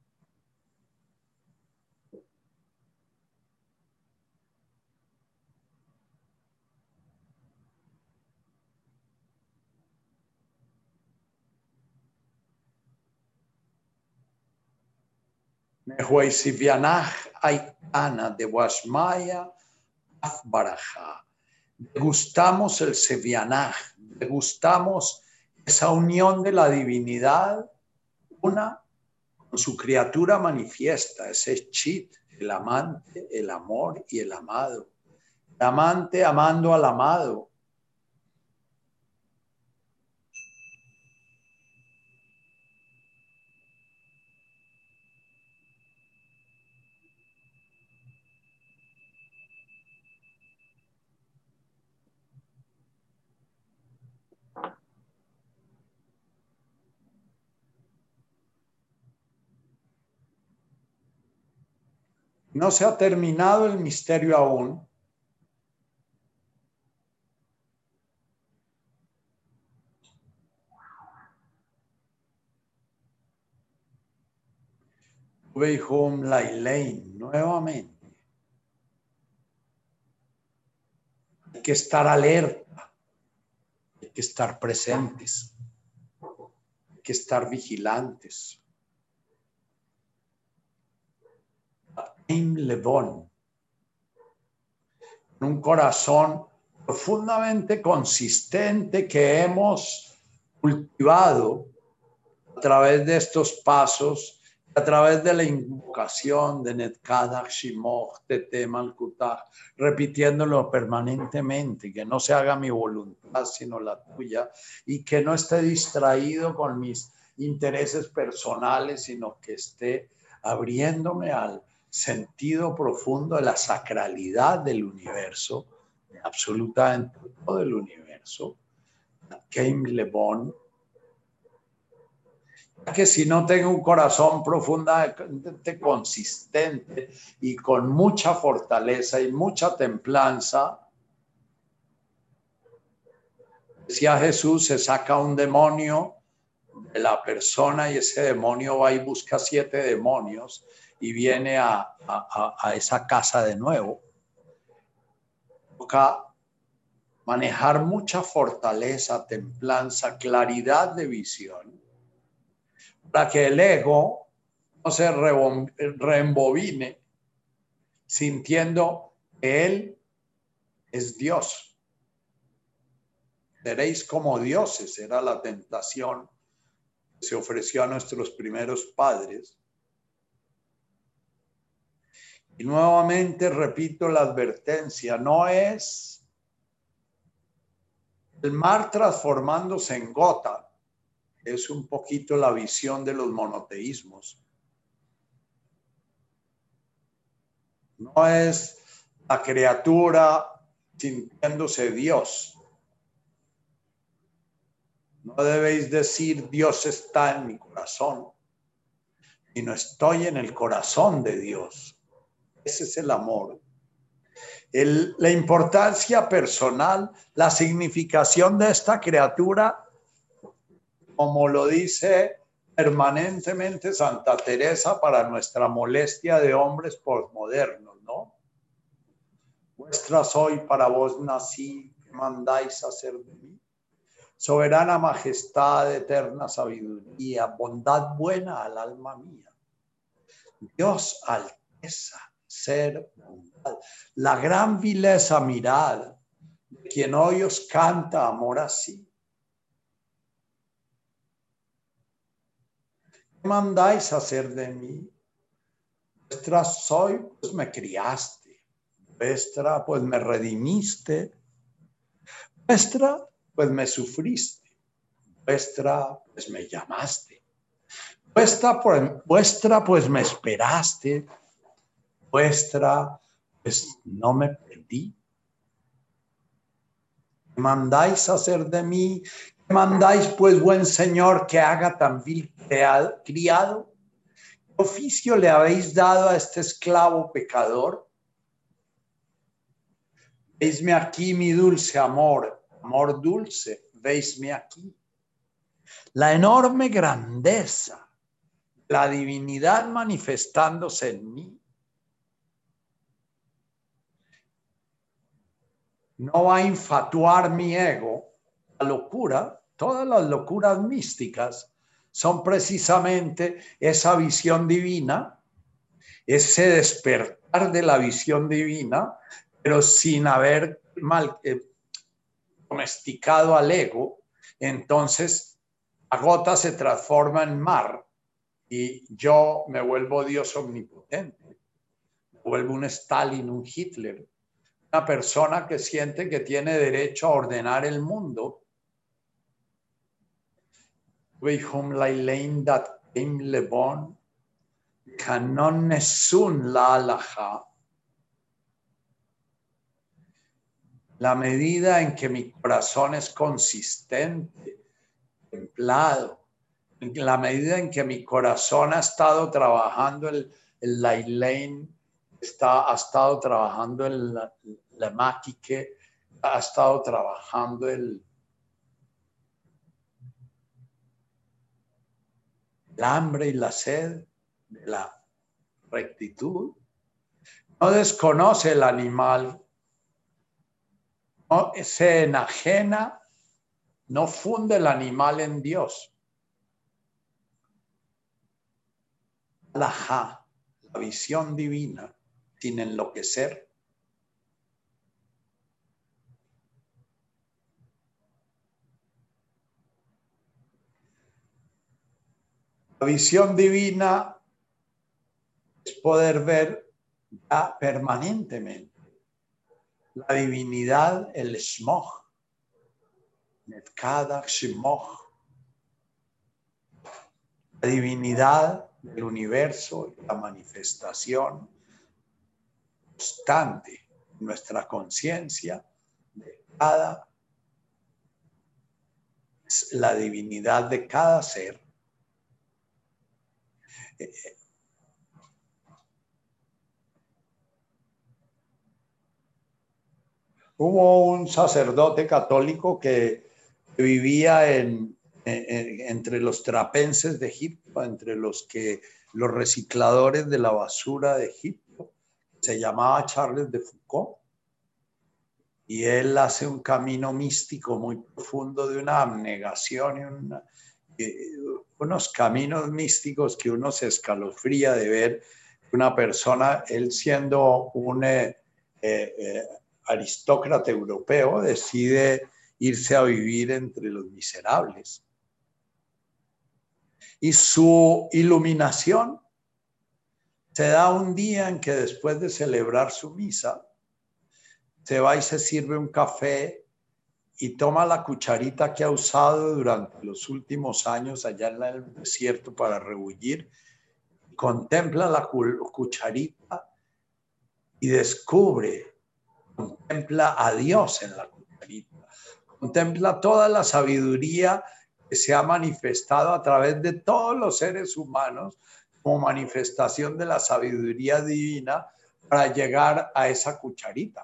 Mehuesivianaj Aikana de Washmaya Afbaraja. Degustamos el Sevianaj, degustamos esa unión de la divinidad, una con su criatura manifiesta, ese chit, el amante, el amor y el amado. El amante amando al amado. No se ha terminado el misterio aún. Veihom Lailein, nuevamente. Hay que estar alerta, hay que estar presentes, hay que estar vigilantes. Levón, un corazón profundamente consistente que hemos cultivado a través de estos pasos, a través de la invocación de Netkadach Shimoch Tete Malkutach, repitiéndolo permanentemente, que no se haga mi voluntad sino la tuya, y que no esté distraído con mis intereses personales, sino que esté abriéndome al sentido profundo de la sacralidad del universo, de absolutamente todo el universo. Keim Lebon, que si no tengo un corazón profundamente consistente y con mucha fortaleza y mucha templanza, decía Jesús, se saca un demonio de la persona y ese demonio va y busca siete demonios y viene a, a, a esa casa de nuevo. Toca manejar mucha fortaleza, templanza, claridad de visión, para que el ego no se reembobine sintiendo que Él es Dios. Seréis como dioses, era la tentación que se ofreció a nuestros primeros padres. Y nuevamente repito la advertencia, no es el mar transformándose en gota, es un poquito la visión de los monoteísmos. No es la criatura sintiéndose Dios. No debéis decir Dios está en mi corazón, sino estoy en el corazón de Dios. Ese es el amor. El, la importancia personal, la significación de esta criatura, como lo dice permanentemente Santa Teresa para nuestra molestia de hombres posmodernos, ¿no? Vuestra soy, para vos nací, ¿qué mandáis hacer de mí? Soberana majestad, eterna sabiduría, bondad buena al alma mía. Dios, alteza, ser, bondad, la gran vileza, mirad, de quien hoy os canta amor así. ¿Qué mandáis hacer de mí? Vuestra soy, pues me criaste. Vuestra, pues me redimiste. Vuestra, pues me sufriste. Vuestra, pues me llamaste. Vuestra, pues, vuestra, pues me esperaste. Vuestra, pues no me perdí. ¿Qué mandáis hacer de mí? ¿Qué mandáis, pues, buen señor, que haga tan vil criado? ¿Qué oficio le habéis dado a este esclavo pecador? Veisme aquí, mi dulce amor, amor dulce, veisme aquí. La enorme grandeza, la divinidad manifestándose en mí. No va a infatuar mi ego. La locura, todas las locuras místicas son precisamente esa visión divina, ese despertar de la visión divina, pero sin haber mal, eh, domesticado al ego. Entonces la gota se transforma en mar y yo me vuelvo Dios omnipotente. vuelve un Stalin, un Hitler, una persona que siente que tiene derecho a ordenar el mundo. Wehum Lailein dat im lebon, canon nesun la alaja. La medida en que mi corazón es consistente, templado, en la medida en que mi corazón ha estado trabajando el, el Lailein, está, ha estado trabajando el la maquique, ha estado trabajando el, el hambre y la sed de la rectitud. No desconoce el animal, no se enajena, no funde el animal en Dios. La, la visión divina, sin enloquecer. La visión divina es poder ver ya permanentemente la divinidad, el Shmoch, Netkada Shmoch, la divinidad del universo, la manifestación constante en nuestra conciencia de cada, la divinidad de cada ser. Hubo un sacerdote católico que vivía en, en, entre los trapenses de Egipto, entre los, que, los recicladores de la basura de Egipto, se llamaba Charles de Foucault, y él hace un camino místico muy profundo de una abnegación y una, eh, unos caminos místicos que uno se escalofría de ver una persona, él siendo un eh, eh, aristócrata europeo, decide irse a vivir entre los miserables. Y su iluminación se da un día en que después de celebrar su misa, se va y se sirve un café y toma la cucharita que ha usado durante los últimos años allá en el desierto para rebullir, contempla la cucharita y descubre, contempla a Dios en la cucharita, contempla toda la sabiduría que se ha manifestado a través de todos los seres humanos como manifestación de la sabiduría divina para llegar a esa cucharita.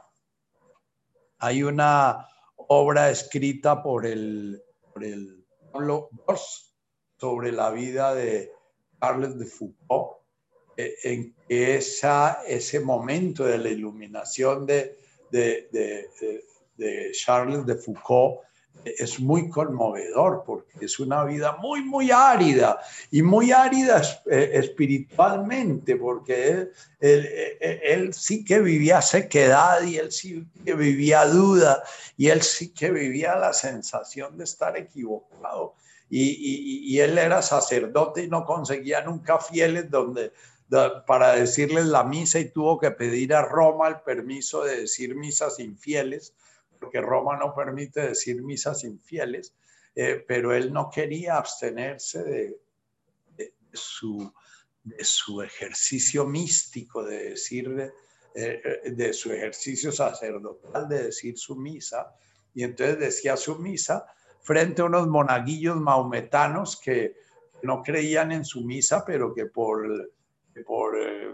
Hay una obra escrita por el, por el Pablo Bors sobre la vida de Charles de Foucault, eh, en que esa, ese momento de la iluminación de, de, de, de, de Charles de Foucault es muy conmovedor porque es una vida muy, muy árida y muy árida eh, espiritualmente, porque él, él, él, él sí que vivía sequedad y él sí que vivía duda y él sí que vivía la sensación de estar equivocado. Y, y, y él era sacerdote y no conseguía nunca fieles donde, de, para decirles la misa y tuvo que pedir a Roma el permiso de decir misas infieles, porque Roma no permite decir misas infieles, eh, pero él no quería abstenerse de, de, de, su, de su ejercicio místico, de decir, eh, de su ejercicio sacerdotal, de decir su misa, y entonces decía su misa frente a unos monaguillos maometanos que no creían en su misa, pero que por, por eh,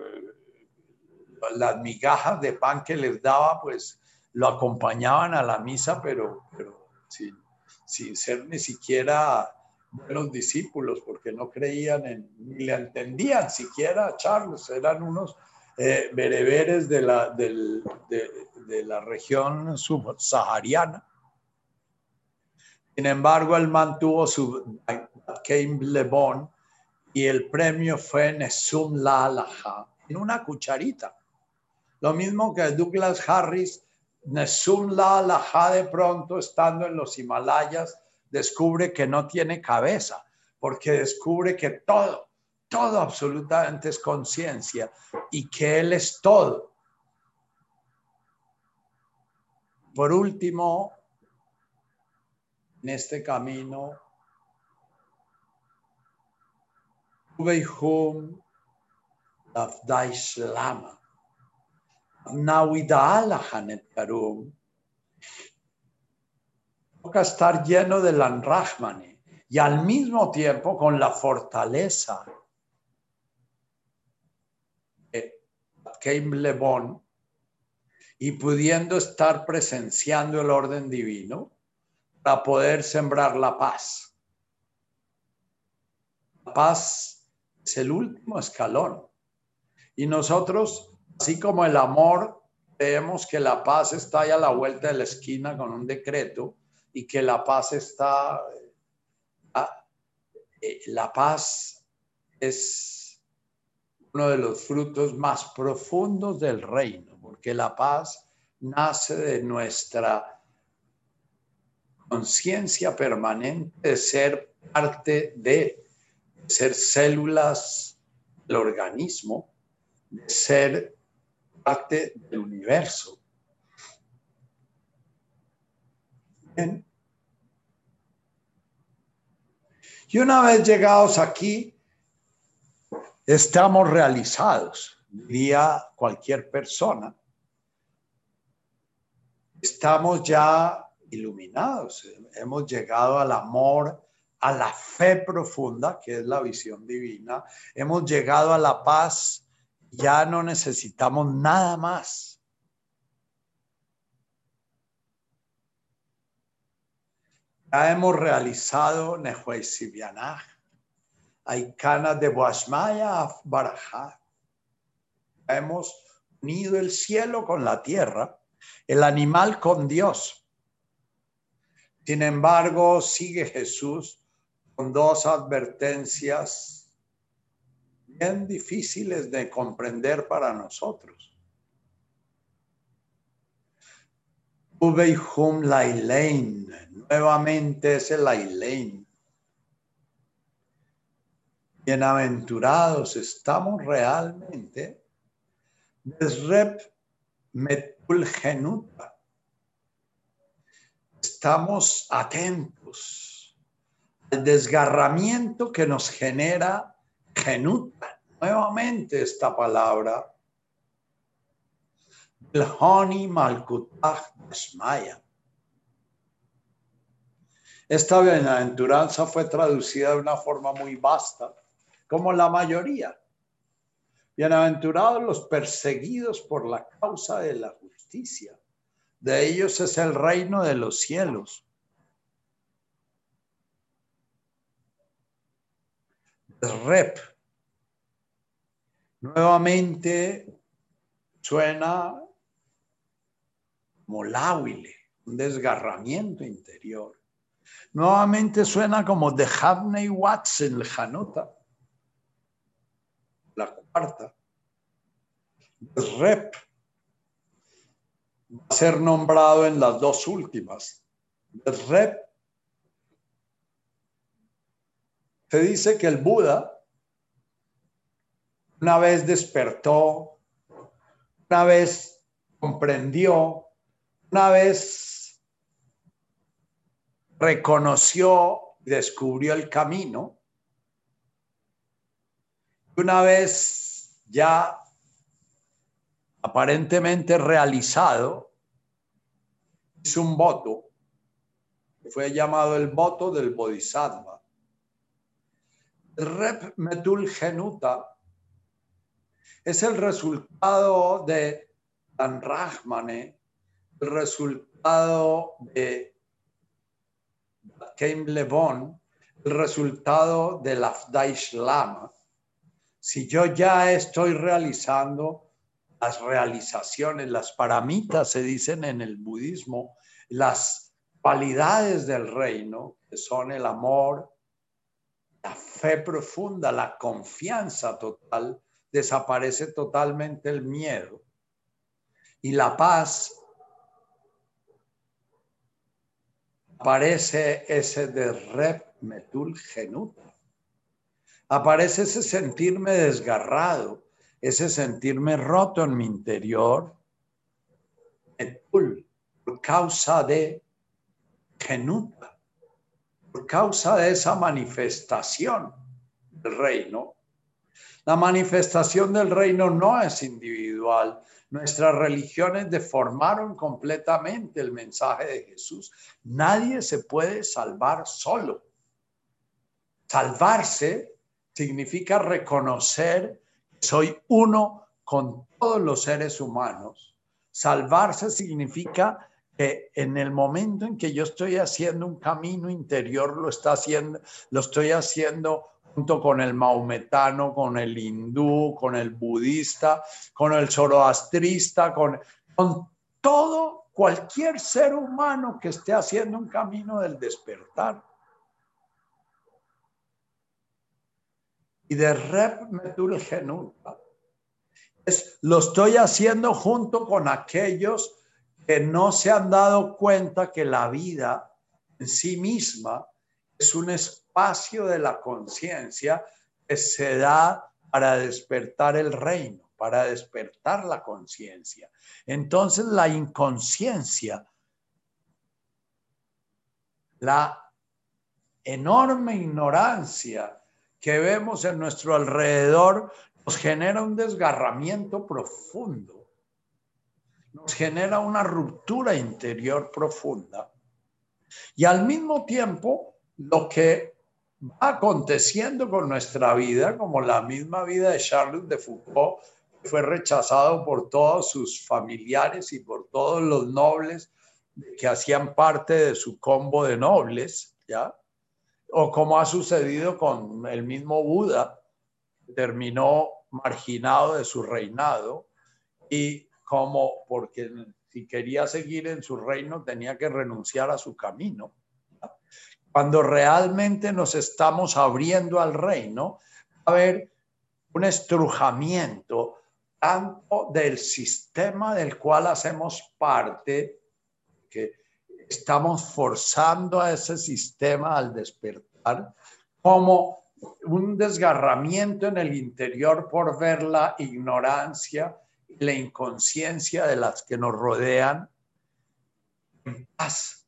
las migajas de pan que les daba, pues lo acompañaban a la misa, pero, pero sin, sin ser ni siquiera buenos discípulos, porque no creían en, ni le entendían siquiera a Charles, eran unos eh, bereberes de la, del, de, de la región subsahariana. Sin embargo, él mantuvo su Keim Lebon y el premio fue Nesum La Alaha, en una cucharita. Lo mismo que Douglas Harris, Nesum La Alaha, de pronto, estando en los Himalayas, descubre que no tiene cabeza, porque descubre que todo, todo absolutamente es conciencia y que Él es todo. Por último, en este camino, Ubeihum Dafdai Shlama, Nawida'ala Hanet Karum, toca estar lleno de Lanrahmane y al mismo tiempo con la fortaleza de Keim Lebon y pudiendo estar presenciando el orden divino para poder sembrar la paz. La paz es el último escalón. Y nosotros, así como el amor, creemos que la paz está ahí a la vuelta de la esquina con un decreto y que la paz está... La paz es uno de los frutos más profundos del reino, porque la paz nace de nuestra conciencia permanente de ser parte de, de ser células del organismo, de ser parte del universo. Bien. Y una vez llegados aquí, estamos realizados, diría cualquier persona. Estamos ya iluminados, hemos llegado al amor, a la fe profunda, que es la visión divina. Hemos llegado a la paz, ya no necesitamos nada más. Ya hemos realizado Nehuay Sibianaj, Aikana de Boasmaya Barajá. Hemos unido el cielo con la tierra, el animal con Dios. Sin embargo, sigue Jesús con dos advertencias bien difíciles de comprender para nosotros. Ubeihum Lailein, nuevamente es el Lailein. Bienaventurados estamos realmente. Desrep Metul Genuta. Estamos atentos al desgarramiento que nos genera Genuta. Nuevamente esta palabra. El Honi Malkutach Desmaya. Esta bienaventuranza fue traducida de una forma muy vasta, como la mayoría. Bienaventurados los perseguidos por la causa de la justicia. De ellos es el reino de los cielos. Rep. Nuevamente suena como láhuile, un desgarramiento interior. Nuevamente suena como de Havnei Watson, el Janota. La cuarta. Rep. Va a ser nombrado en las dos últimas. Rep. Se dice que el Buda, una vez despertó, una vez comprendió, una vez reconoció y descubrió el camino, una vez ya aparentemente realizado, hizo un voto, que fue llamado el voto del Bodhisattva. El Rep Metul Genuta es el resultado de Lanrahmane, el resultado de Keim Lebon, el resultado del Afdai Shlama. Si yo ya estoy realizando las realizaciones, las paramitas se dicen en el budismo, las cualidades del reino, que son el amor, la fe profunda, la confianza total, desaparece totalmente el miedo y la paz, aparece ese de Rep Metul Genuta. aparece ese sentirme desgarrado, ese sentirme roto en mi interior, por causa de Genuta, por causa de esa manifestación del reino. La manifestación del reino no es individual. Nuestras religiones deformaron completamente el mensaje de Jesús. Nadie se puede salvar solo. Salvarse significa reconocer que soy uno con todos los seres humanos. Salvarse significa que en el momento en que yo estoy haciendo un camino interior, lo, está haciendo, lo estoy haciendo junto con el maometano, con el hindú, con el budista, con el zoroastrista, con, con todo, cualquier ser humano que esté haciendo un camino del despertar. Y de Reb Metul Genuta, es, lo estoy haciendo junto con aquellos que no se han dado cuenta que la vida en sí misma es un espacio de la conciencia que se da para despertar el reino, para despertar la conciencia. Entonces la inconsciencia, la enorme ignorancia que vemos en nuestro alrededor nos genera un desgarramiento profundo, nos genera una ruptura interior profunda. Y al mismo tiempo, lo que va aconteciendo con nuestra vida, como la misma vida de Charles de Foucault, que fue rechazado por todos sus familiares y por todos los nobles que hacían parte de su combo de nobles, ¿ya? O como ha sucedido con el mismo Buda, que terminó marginado de su reinado, y como porque si quería seguir en su reino tenía que renunciar a su camino. Cuando realmente nos estamos abriendo al reino, va a haber un estrujamiento tanto del sistema del cual hacemos parte, que estamos forzando a ese sistema al despertar, como un desgarramiento en el interior por ver la ignorancia y la inconsciencia de las que nos rodean en paz.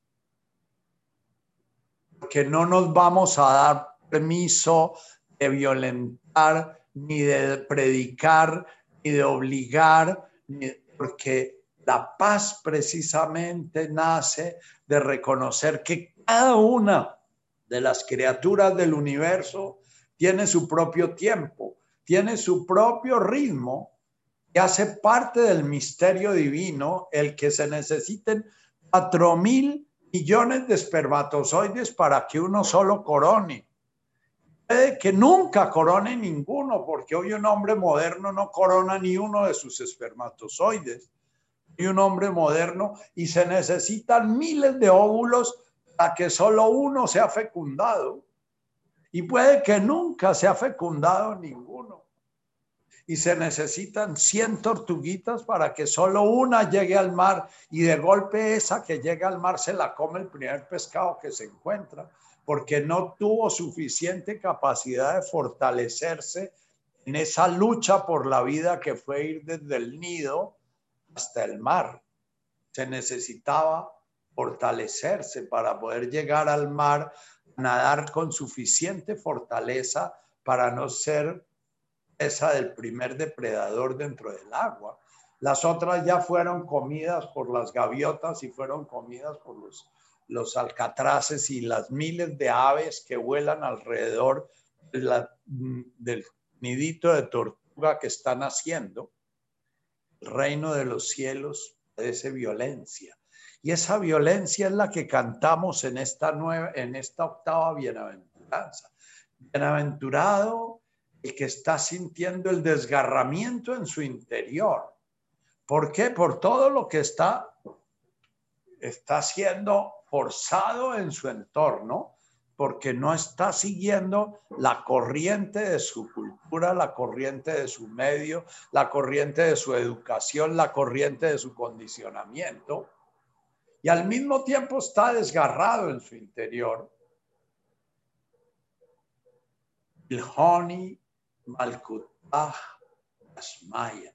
Porque no nos vamos a dar permiso de violentar, ni de predicar, ni de obligar, ni, porque la paz precisamente nace de reconocer que cada una de las criaturas del universo tiene su propio tiempo, tiene su propio ritmo, que hace parte del misterio divino, el que se necesiten cuatro mil millones de espermatozoides para que uno solo corone. Puede que nunca corone ninguno, porque hoy un hombre moderno no corona ni uno de sus espermatozoides. Y un hombre moderno, y se necesitan miles de óvulos para que solo uno sea fecundado. Y puede que nunca sea fecundado ninguno. Y se necesitan cien tortuguitas para que solo una llegue al mar, y de golpe esa que llega al mar se la come el primer pescado que se encuentra, porque no tuvo suficiente capacidad de fortalecerse en esa lucha por la vida que fue ir desde el nido hasta el mar. Se necesitaba fortalecerse para poder llegar al mar, nadar con suficiente fortaleza para no ser esa del primer depredador dentro del agua. Las otras ya fueron comidas por las gaviotas y fueron comidas por los, los alcatraces y las miles de aves que vuelan alrededor de la, del nidito de tortuga que están haciendo. El reino de los cielos padece violencia. Y esa violencia es la que cantamos en esta, nueva, en esta octava bienaventuranza. Bienaventurado el que está sintiendo el desgarramiento en su interior. ¿Por qué? Por todo lo que está, está siendo forzado en su entorno, porque no está siguiendo la corriente de su cultura, la corriente de su medio, la corriente de su educación, la corriente de su condicionamiento, y al mismo tiempo está desgarrado en su interior. Ilhoni Malkutah Asmaya.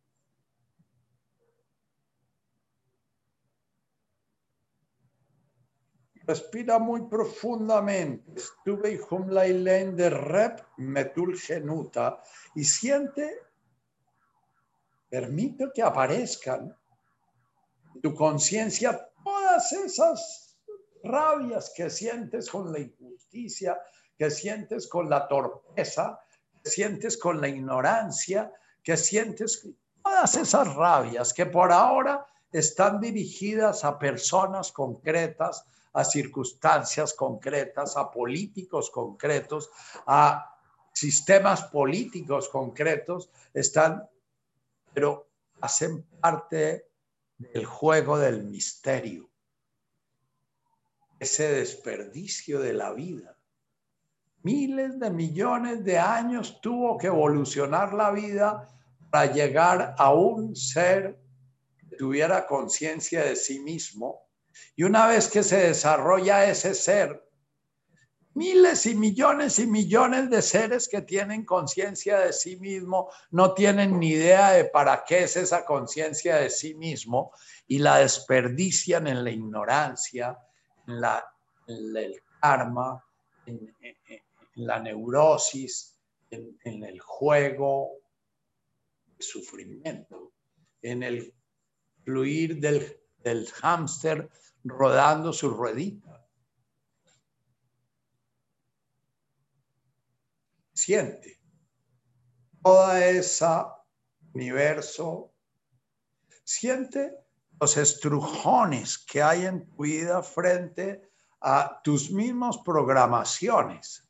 Respira muy profundamente. Estuve y hum lailen de rep metul genuta y siente, permite que aparezcan en tu conciencia todas esas rabias que sientes con la injusticia, que sientes con la torpeza, que sientes con la ignorancia, que sientes todas esas rabias que por ahora están dirigidas a personas concretas, a circunstancias concretas, a políticos concretos, a sistemas políticos concretos, están, pero hacen parte del juego del misterio, ese desperdicio de la vida. Miles de millones de años tuvo que evolucionar la vida para llegar a un ser que tuviera conciencia de sí mismo. Y una vez que se desarrolla ese ser, miles y millones y millones de seres que tienen conciencia de sí mismo no tienen ni idea de para qué es esa conciencia de sí mismo y la desperdician en la ignorancia, en, la, en el karma, en, en, en la neurosis, en, en el juego de sufrimiento, en el fluir del, del hámster rodando su ruedita. Siente toda esa universo, siente los estrujones que hay en tu vida frente a tus mismas programaciones.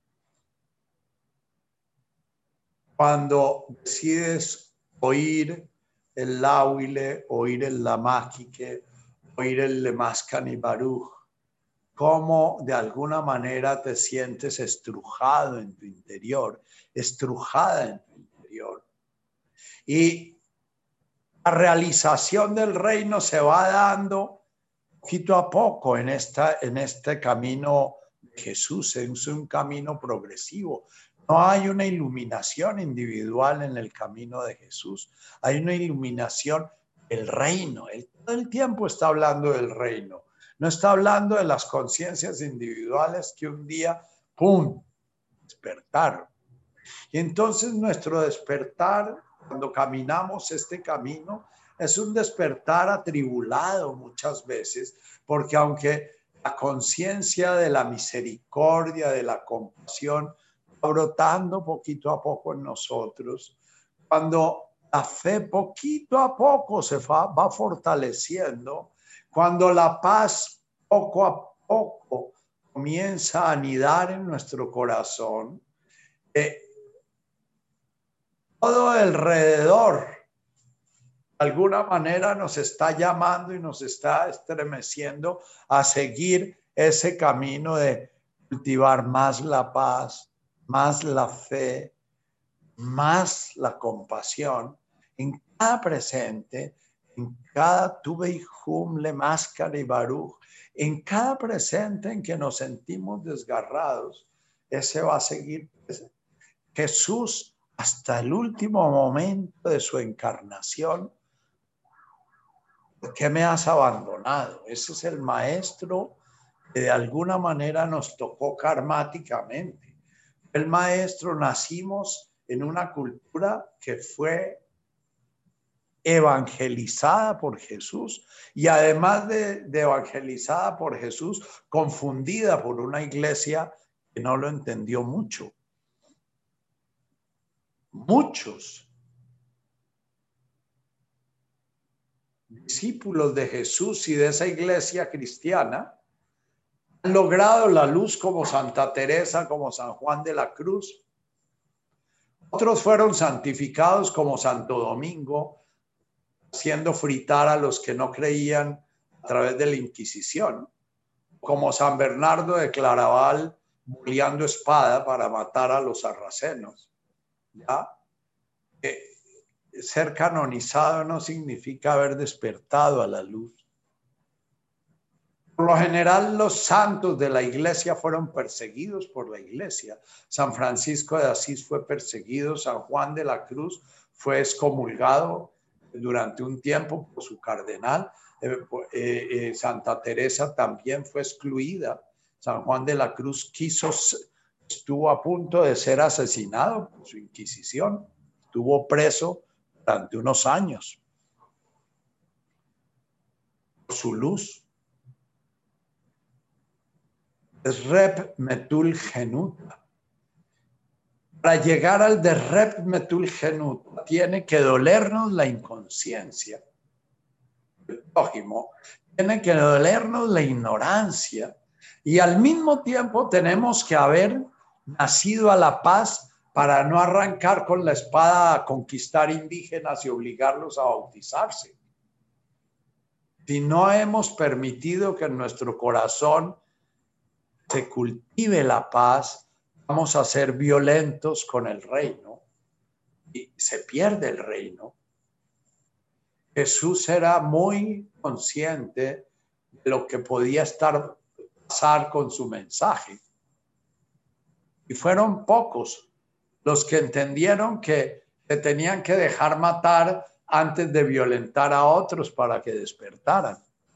Cuando decides oír el Lauile, oír el Lamaquique, oír el Lemáscani Baruch, cómo de alguna manera te sientes estrujado en tu interior, estrujada en tu interior. Y la realización del reino se va dando poquito a poco en, esta, en este camino de Jesús, es un camino progresivo. No hay una iluminación individual en el camino de Jesús, hay una iluminación del reino. Él todo el tiempo está hablando del reino. No está hablando de las conciencias individuales que un día, ¡pum!, despertaron. Y entonces nuestro despertar, cuando caminamos este camino, es un despertar atribulado muchas veces, porque aunque la conciencia de la misericordia, de la compasión, va brotando poquito a poco en nosotros, cuando la fe poquito a poco se va, va fortaleciendo, cuando la paz poco a poco comienza a anidar en nuestro corazón, eh, todo alrededor de alguna manera nos está llamando y nos está estremeciendo a seguir ese camino de cultivar más la paz, más la fe, más la compasión en cada presente, en cada tuve y hum le máscara y baruch, en cada presente en que nos sentimos desgarrados, ese va a seguir presente. Jesús, hasta el último momento de su encarnación, ¿por qué me has abandonado? Ese es el maestro que de alguna manera nos tocó karmáticamente. El maestro, nacimos en una cultura que fue evangelizada por Jesús y además de, de evangelizada por Jesús, confundida por una iglesia que no lo entendió mucho. Muchos discípulos de Jesús y de esa iglesia cristiana han logrado la luz como Santa Teresa, como San Juan de la Cruz. Otros fueron santificados como Santo Domingo, haciendo fritar a los que no creían a través de la Inquisición, como San Bernardo de Claraval, boleando espada para matar a los sarracenos. ¿Ya? Eh, ser canonizado no significa haber despertado a la luz. Por lo general, los santos de la iglesia fueron perseguidos por la iglesia. San Francisco de Asís fue perseguido, San Juan de la Cruz fue excomulgado durante un tiempo por su cardenal, eh, eh, eh, Santa Teresa también fue excluida, San Juan de la Cruz quiso, estuvo a punto de ser asesinado por su Inquisición, estuvo preso durante unos años por su luz. Es Reb Metul Genuta. Para llegar al de Reb Metul Genuta tiene que dolernos la inconsciencia del prójimo, tiene que dolernos la ignorancia y al mismo tiempo tenemos que haber nacido a la paz para no arrancar con la espada a conquistar indígenas y obligarlos a bautizarse. Si no hemos permitido que en nuestro corazón se cultive la paz, vamos a ser violentos con el reino y se pierde el reino. Jesús era muy consciente de lo que podía estar pasar con su mensaje. Y fueron pocos los que entendieron que se tenían que dejar matar antes de violentar a otros para que despertaran.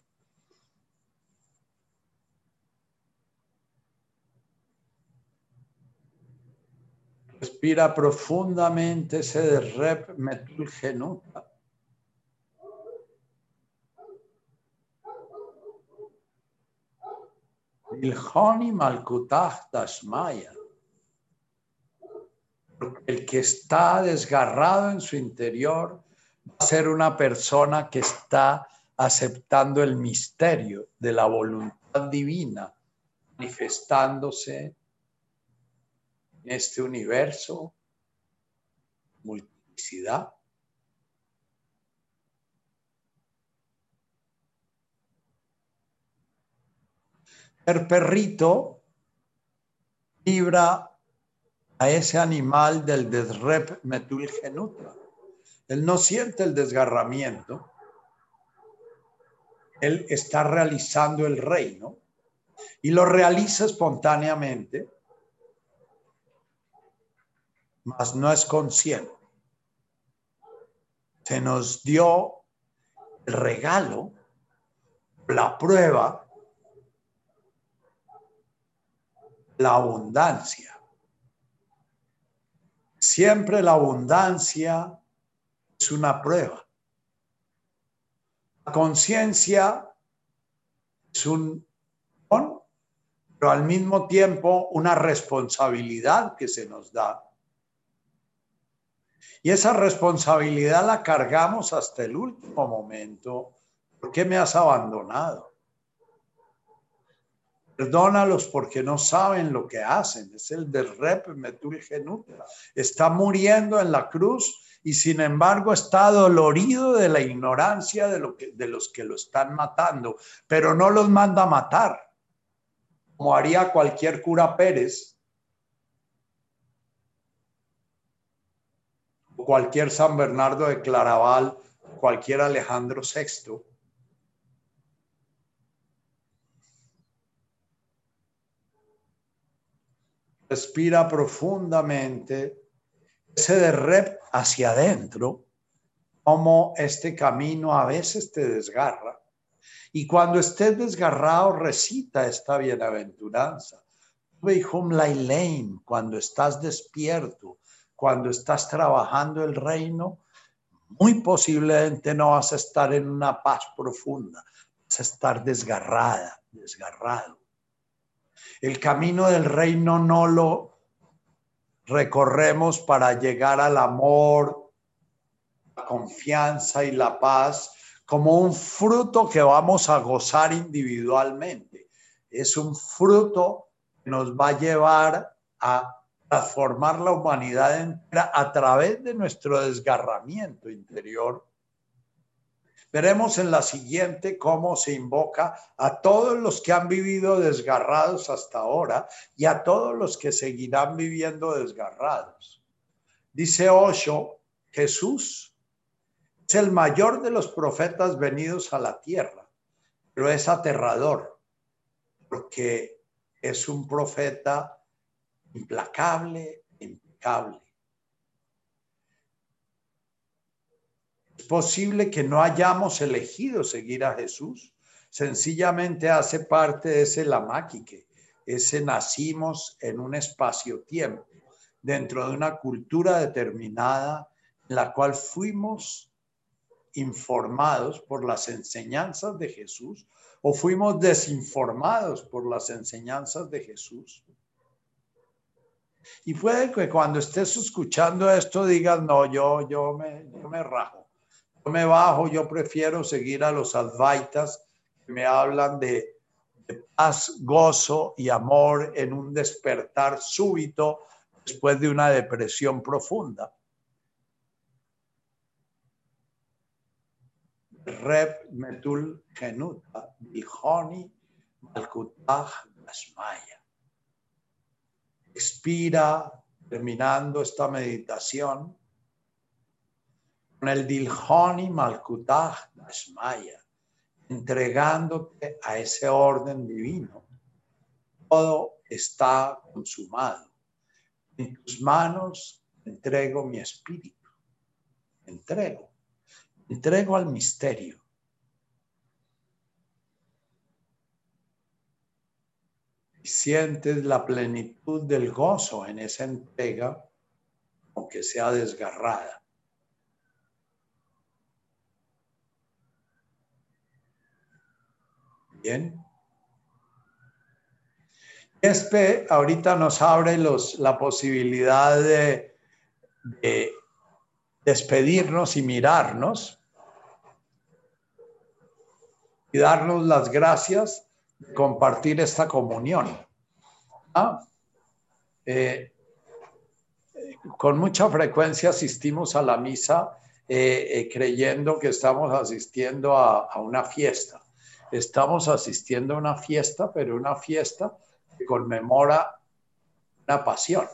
Respira profundamente ese de Reb Metul Genuta. Ilhoni Malkutah Tashmaya. El que está desgarrado en su interior va a ser una persona que está aceptando el misterio de la voluntad divina, manifestándose en este universo, multiplicidad. El perrito libra a ese animal del Reb Metul Genuta. Él no siente el desgarramiento. Él está realizando el reino y lo realiza espontáneamente, mas no es consciente. Se nos dio el regalo, la prueba, la abundancia. Siempre la abundancia es una prueba. La conciencia es un don, pero al mismo tiempo una responsabilidad que se nos da. Y esa responsabilidad la cargamos hasta el último momento. ¿Por qué me has abandonado? Perdónalos porque no saben lo que hacen. Es el de Reb Metul Genuta. Está muriendo en la cruz y sin embargo está dolorido de la ignorancia de, lo que, de los que lo están matando, pero no los manda a matar, como haría cualquier cura Pérez o cualquier San Bernardo de Claraval, cualquier Alejandro sexto. Respira profundamente ese de Reb hacia adentro, como este camino a veces te desgarra. Y cuando estés desgarrado, recita esta bienaventuranza. Cuando estás despierto, cuando estás trabajando el reino, muy posiblemente no vas a estar en una paz profunda, vas a estar desgarrada, desgarrado. El camino del reino no lo recorremos para llegar al amor, la confianza y la paz como un fruto que vamos a gozar individualmente. Es un fruto que nos va a llevar a transformar la humanidad entera a través de nuestro desgarramiento interior. Veremos en la siguiente cómo se invoca a todos los que han vivido desgarrados hasta ahora y a todos los que seguirán viviendo desgarrados. Dice Osho, Jesús es el mayor de los profetas venidos a la tierra, pero es aterrador porque es un profeta implacable, impecable. Es posible que no hayamos elegido seguir a Jesús, sencillamente hace parte de ese lamaquique, ese nacimos en un espacio-tiempo, dentro de una cultura determinada en la cual fuimos informados por las enseñanzas de Jesús o fuimos desinformados por las enseñanzas de Jesús. Y puede que cuando estés escuchando esto digas, no, yo, yo, me, yo me rajo, yo me bajo, yo prefiero seguir a los advaitas que me hablan de, de paz, gozo y amor en un despertar súbito después de una depresión profunda. Reb Metul Genuta, Bijoni Malkutah Gashmaya. Expira, terminando esta meditación, con el Dilhoni Malkutah Gashmaya, entregándote a ese orden divino. Todo está consumado. En tus manos entrego mi espíritu. Entrego. Entrego al misterio. Y sientes la plenitud del gozo en esa entrega, aunque sea desgarrada. Bien. Este ahorita nos abre los, la posibilidad de, de despedirnos y mirarnos y darnos las gracias de compartir esta comunión. ¿Ah? Eh, con mucha frecuencia asistimos a la misa eh, eh, creyendo que estamos asistiendo a, a una fiesta. Estamos asistiendo a una fiesta, pero una fiesta que conmemora una pasión.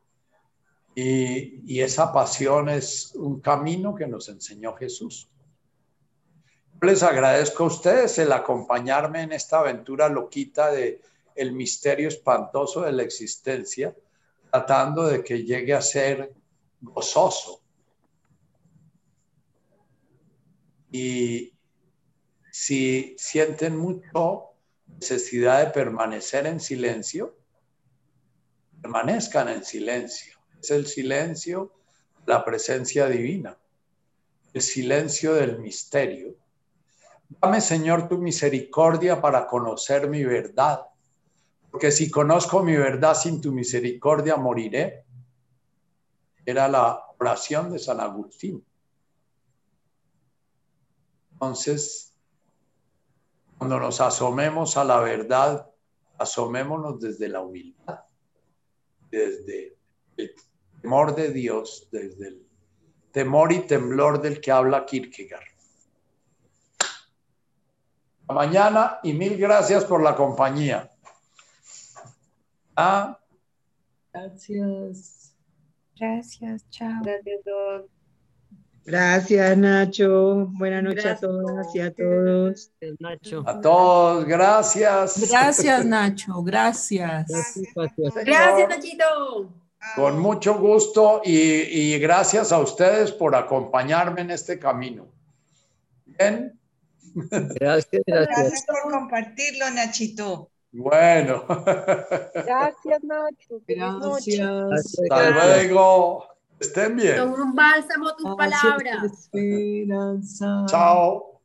Y, y esa pasión es un camino que nos enseñó Jesús. Les agradezco a ustedes el acompañarme en esta aventura loquita de el misterio espantoso de la existencia, tratando de que llegue a ser gozoso. Y si sienten mucho necesidad de permanecer en silencio, permanezcan en silencio. Es el silencio, la presencia divina, el silencio del misterio. Dame, Señor, tu misericordia para conocer mi verdad, porque si conozco mi verdad sin tu misericordia moriré. Era la oración de San Agustín. Entonces, cuando nos asomemos a la verdad, asomémonos desde la humildad, desde el temor de Dios, desde el temor y temblor del que habla Kierkegaard. Mañana y mil gracias por la compañía. Ah. Gracias. Gracias, chao. Gracias a todos. Gracias, Nacho. Buenas noches Gracias. a todas y a todos. Nacho. A todos, gracias. Gracias, Nacho, gracias. Gracias. Gracias, Nachito. Con mucho gusto y, y gracias a ustedes por acompañarme en este camino. Bien. Gracias, gracias. Gracias por compartirlo, Nachito. Bueno. Gracias, Nacho. Feliz noche. Gracias. Hasta luego. Estén bien. Son un bálsamo tus Gracias por palabras. esperanza. Chao.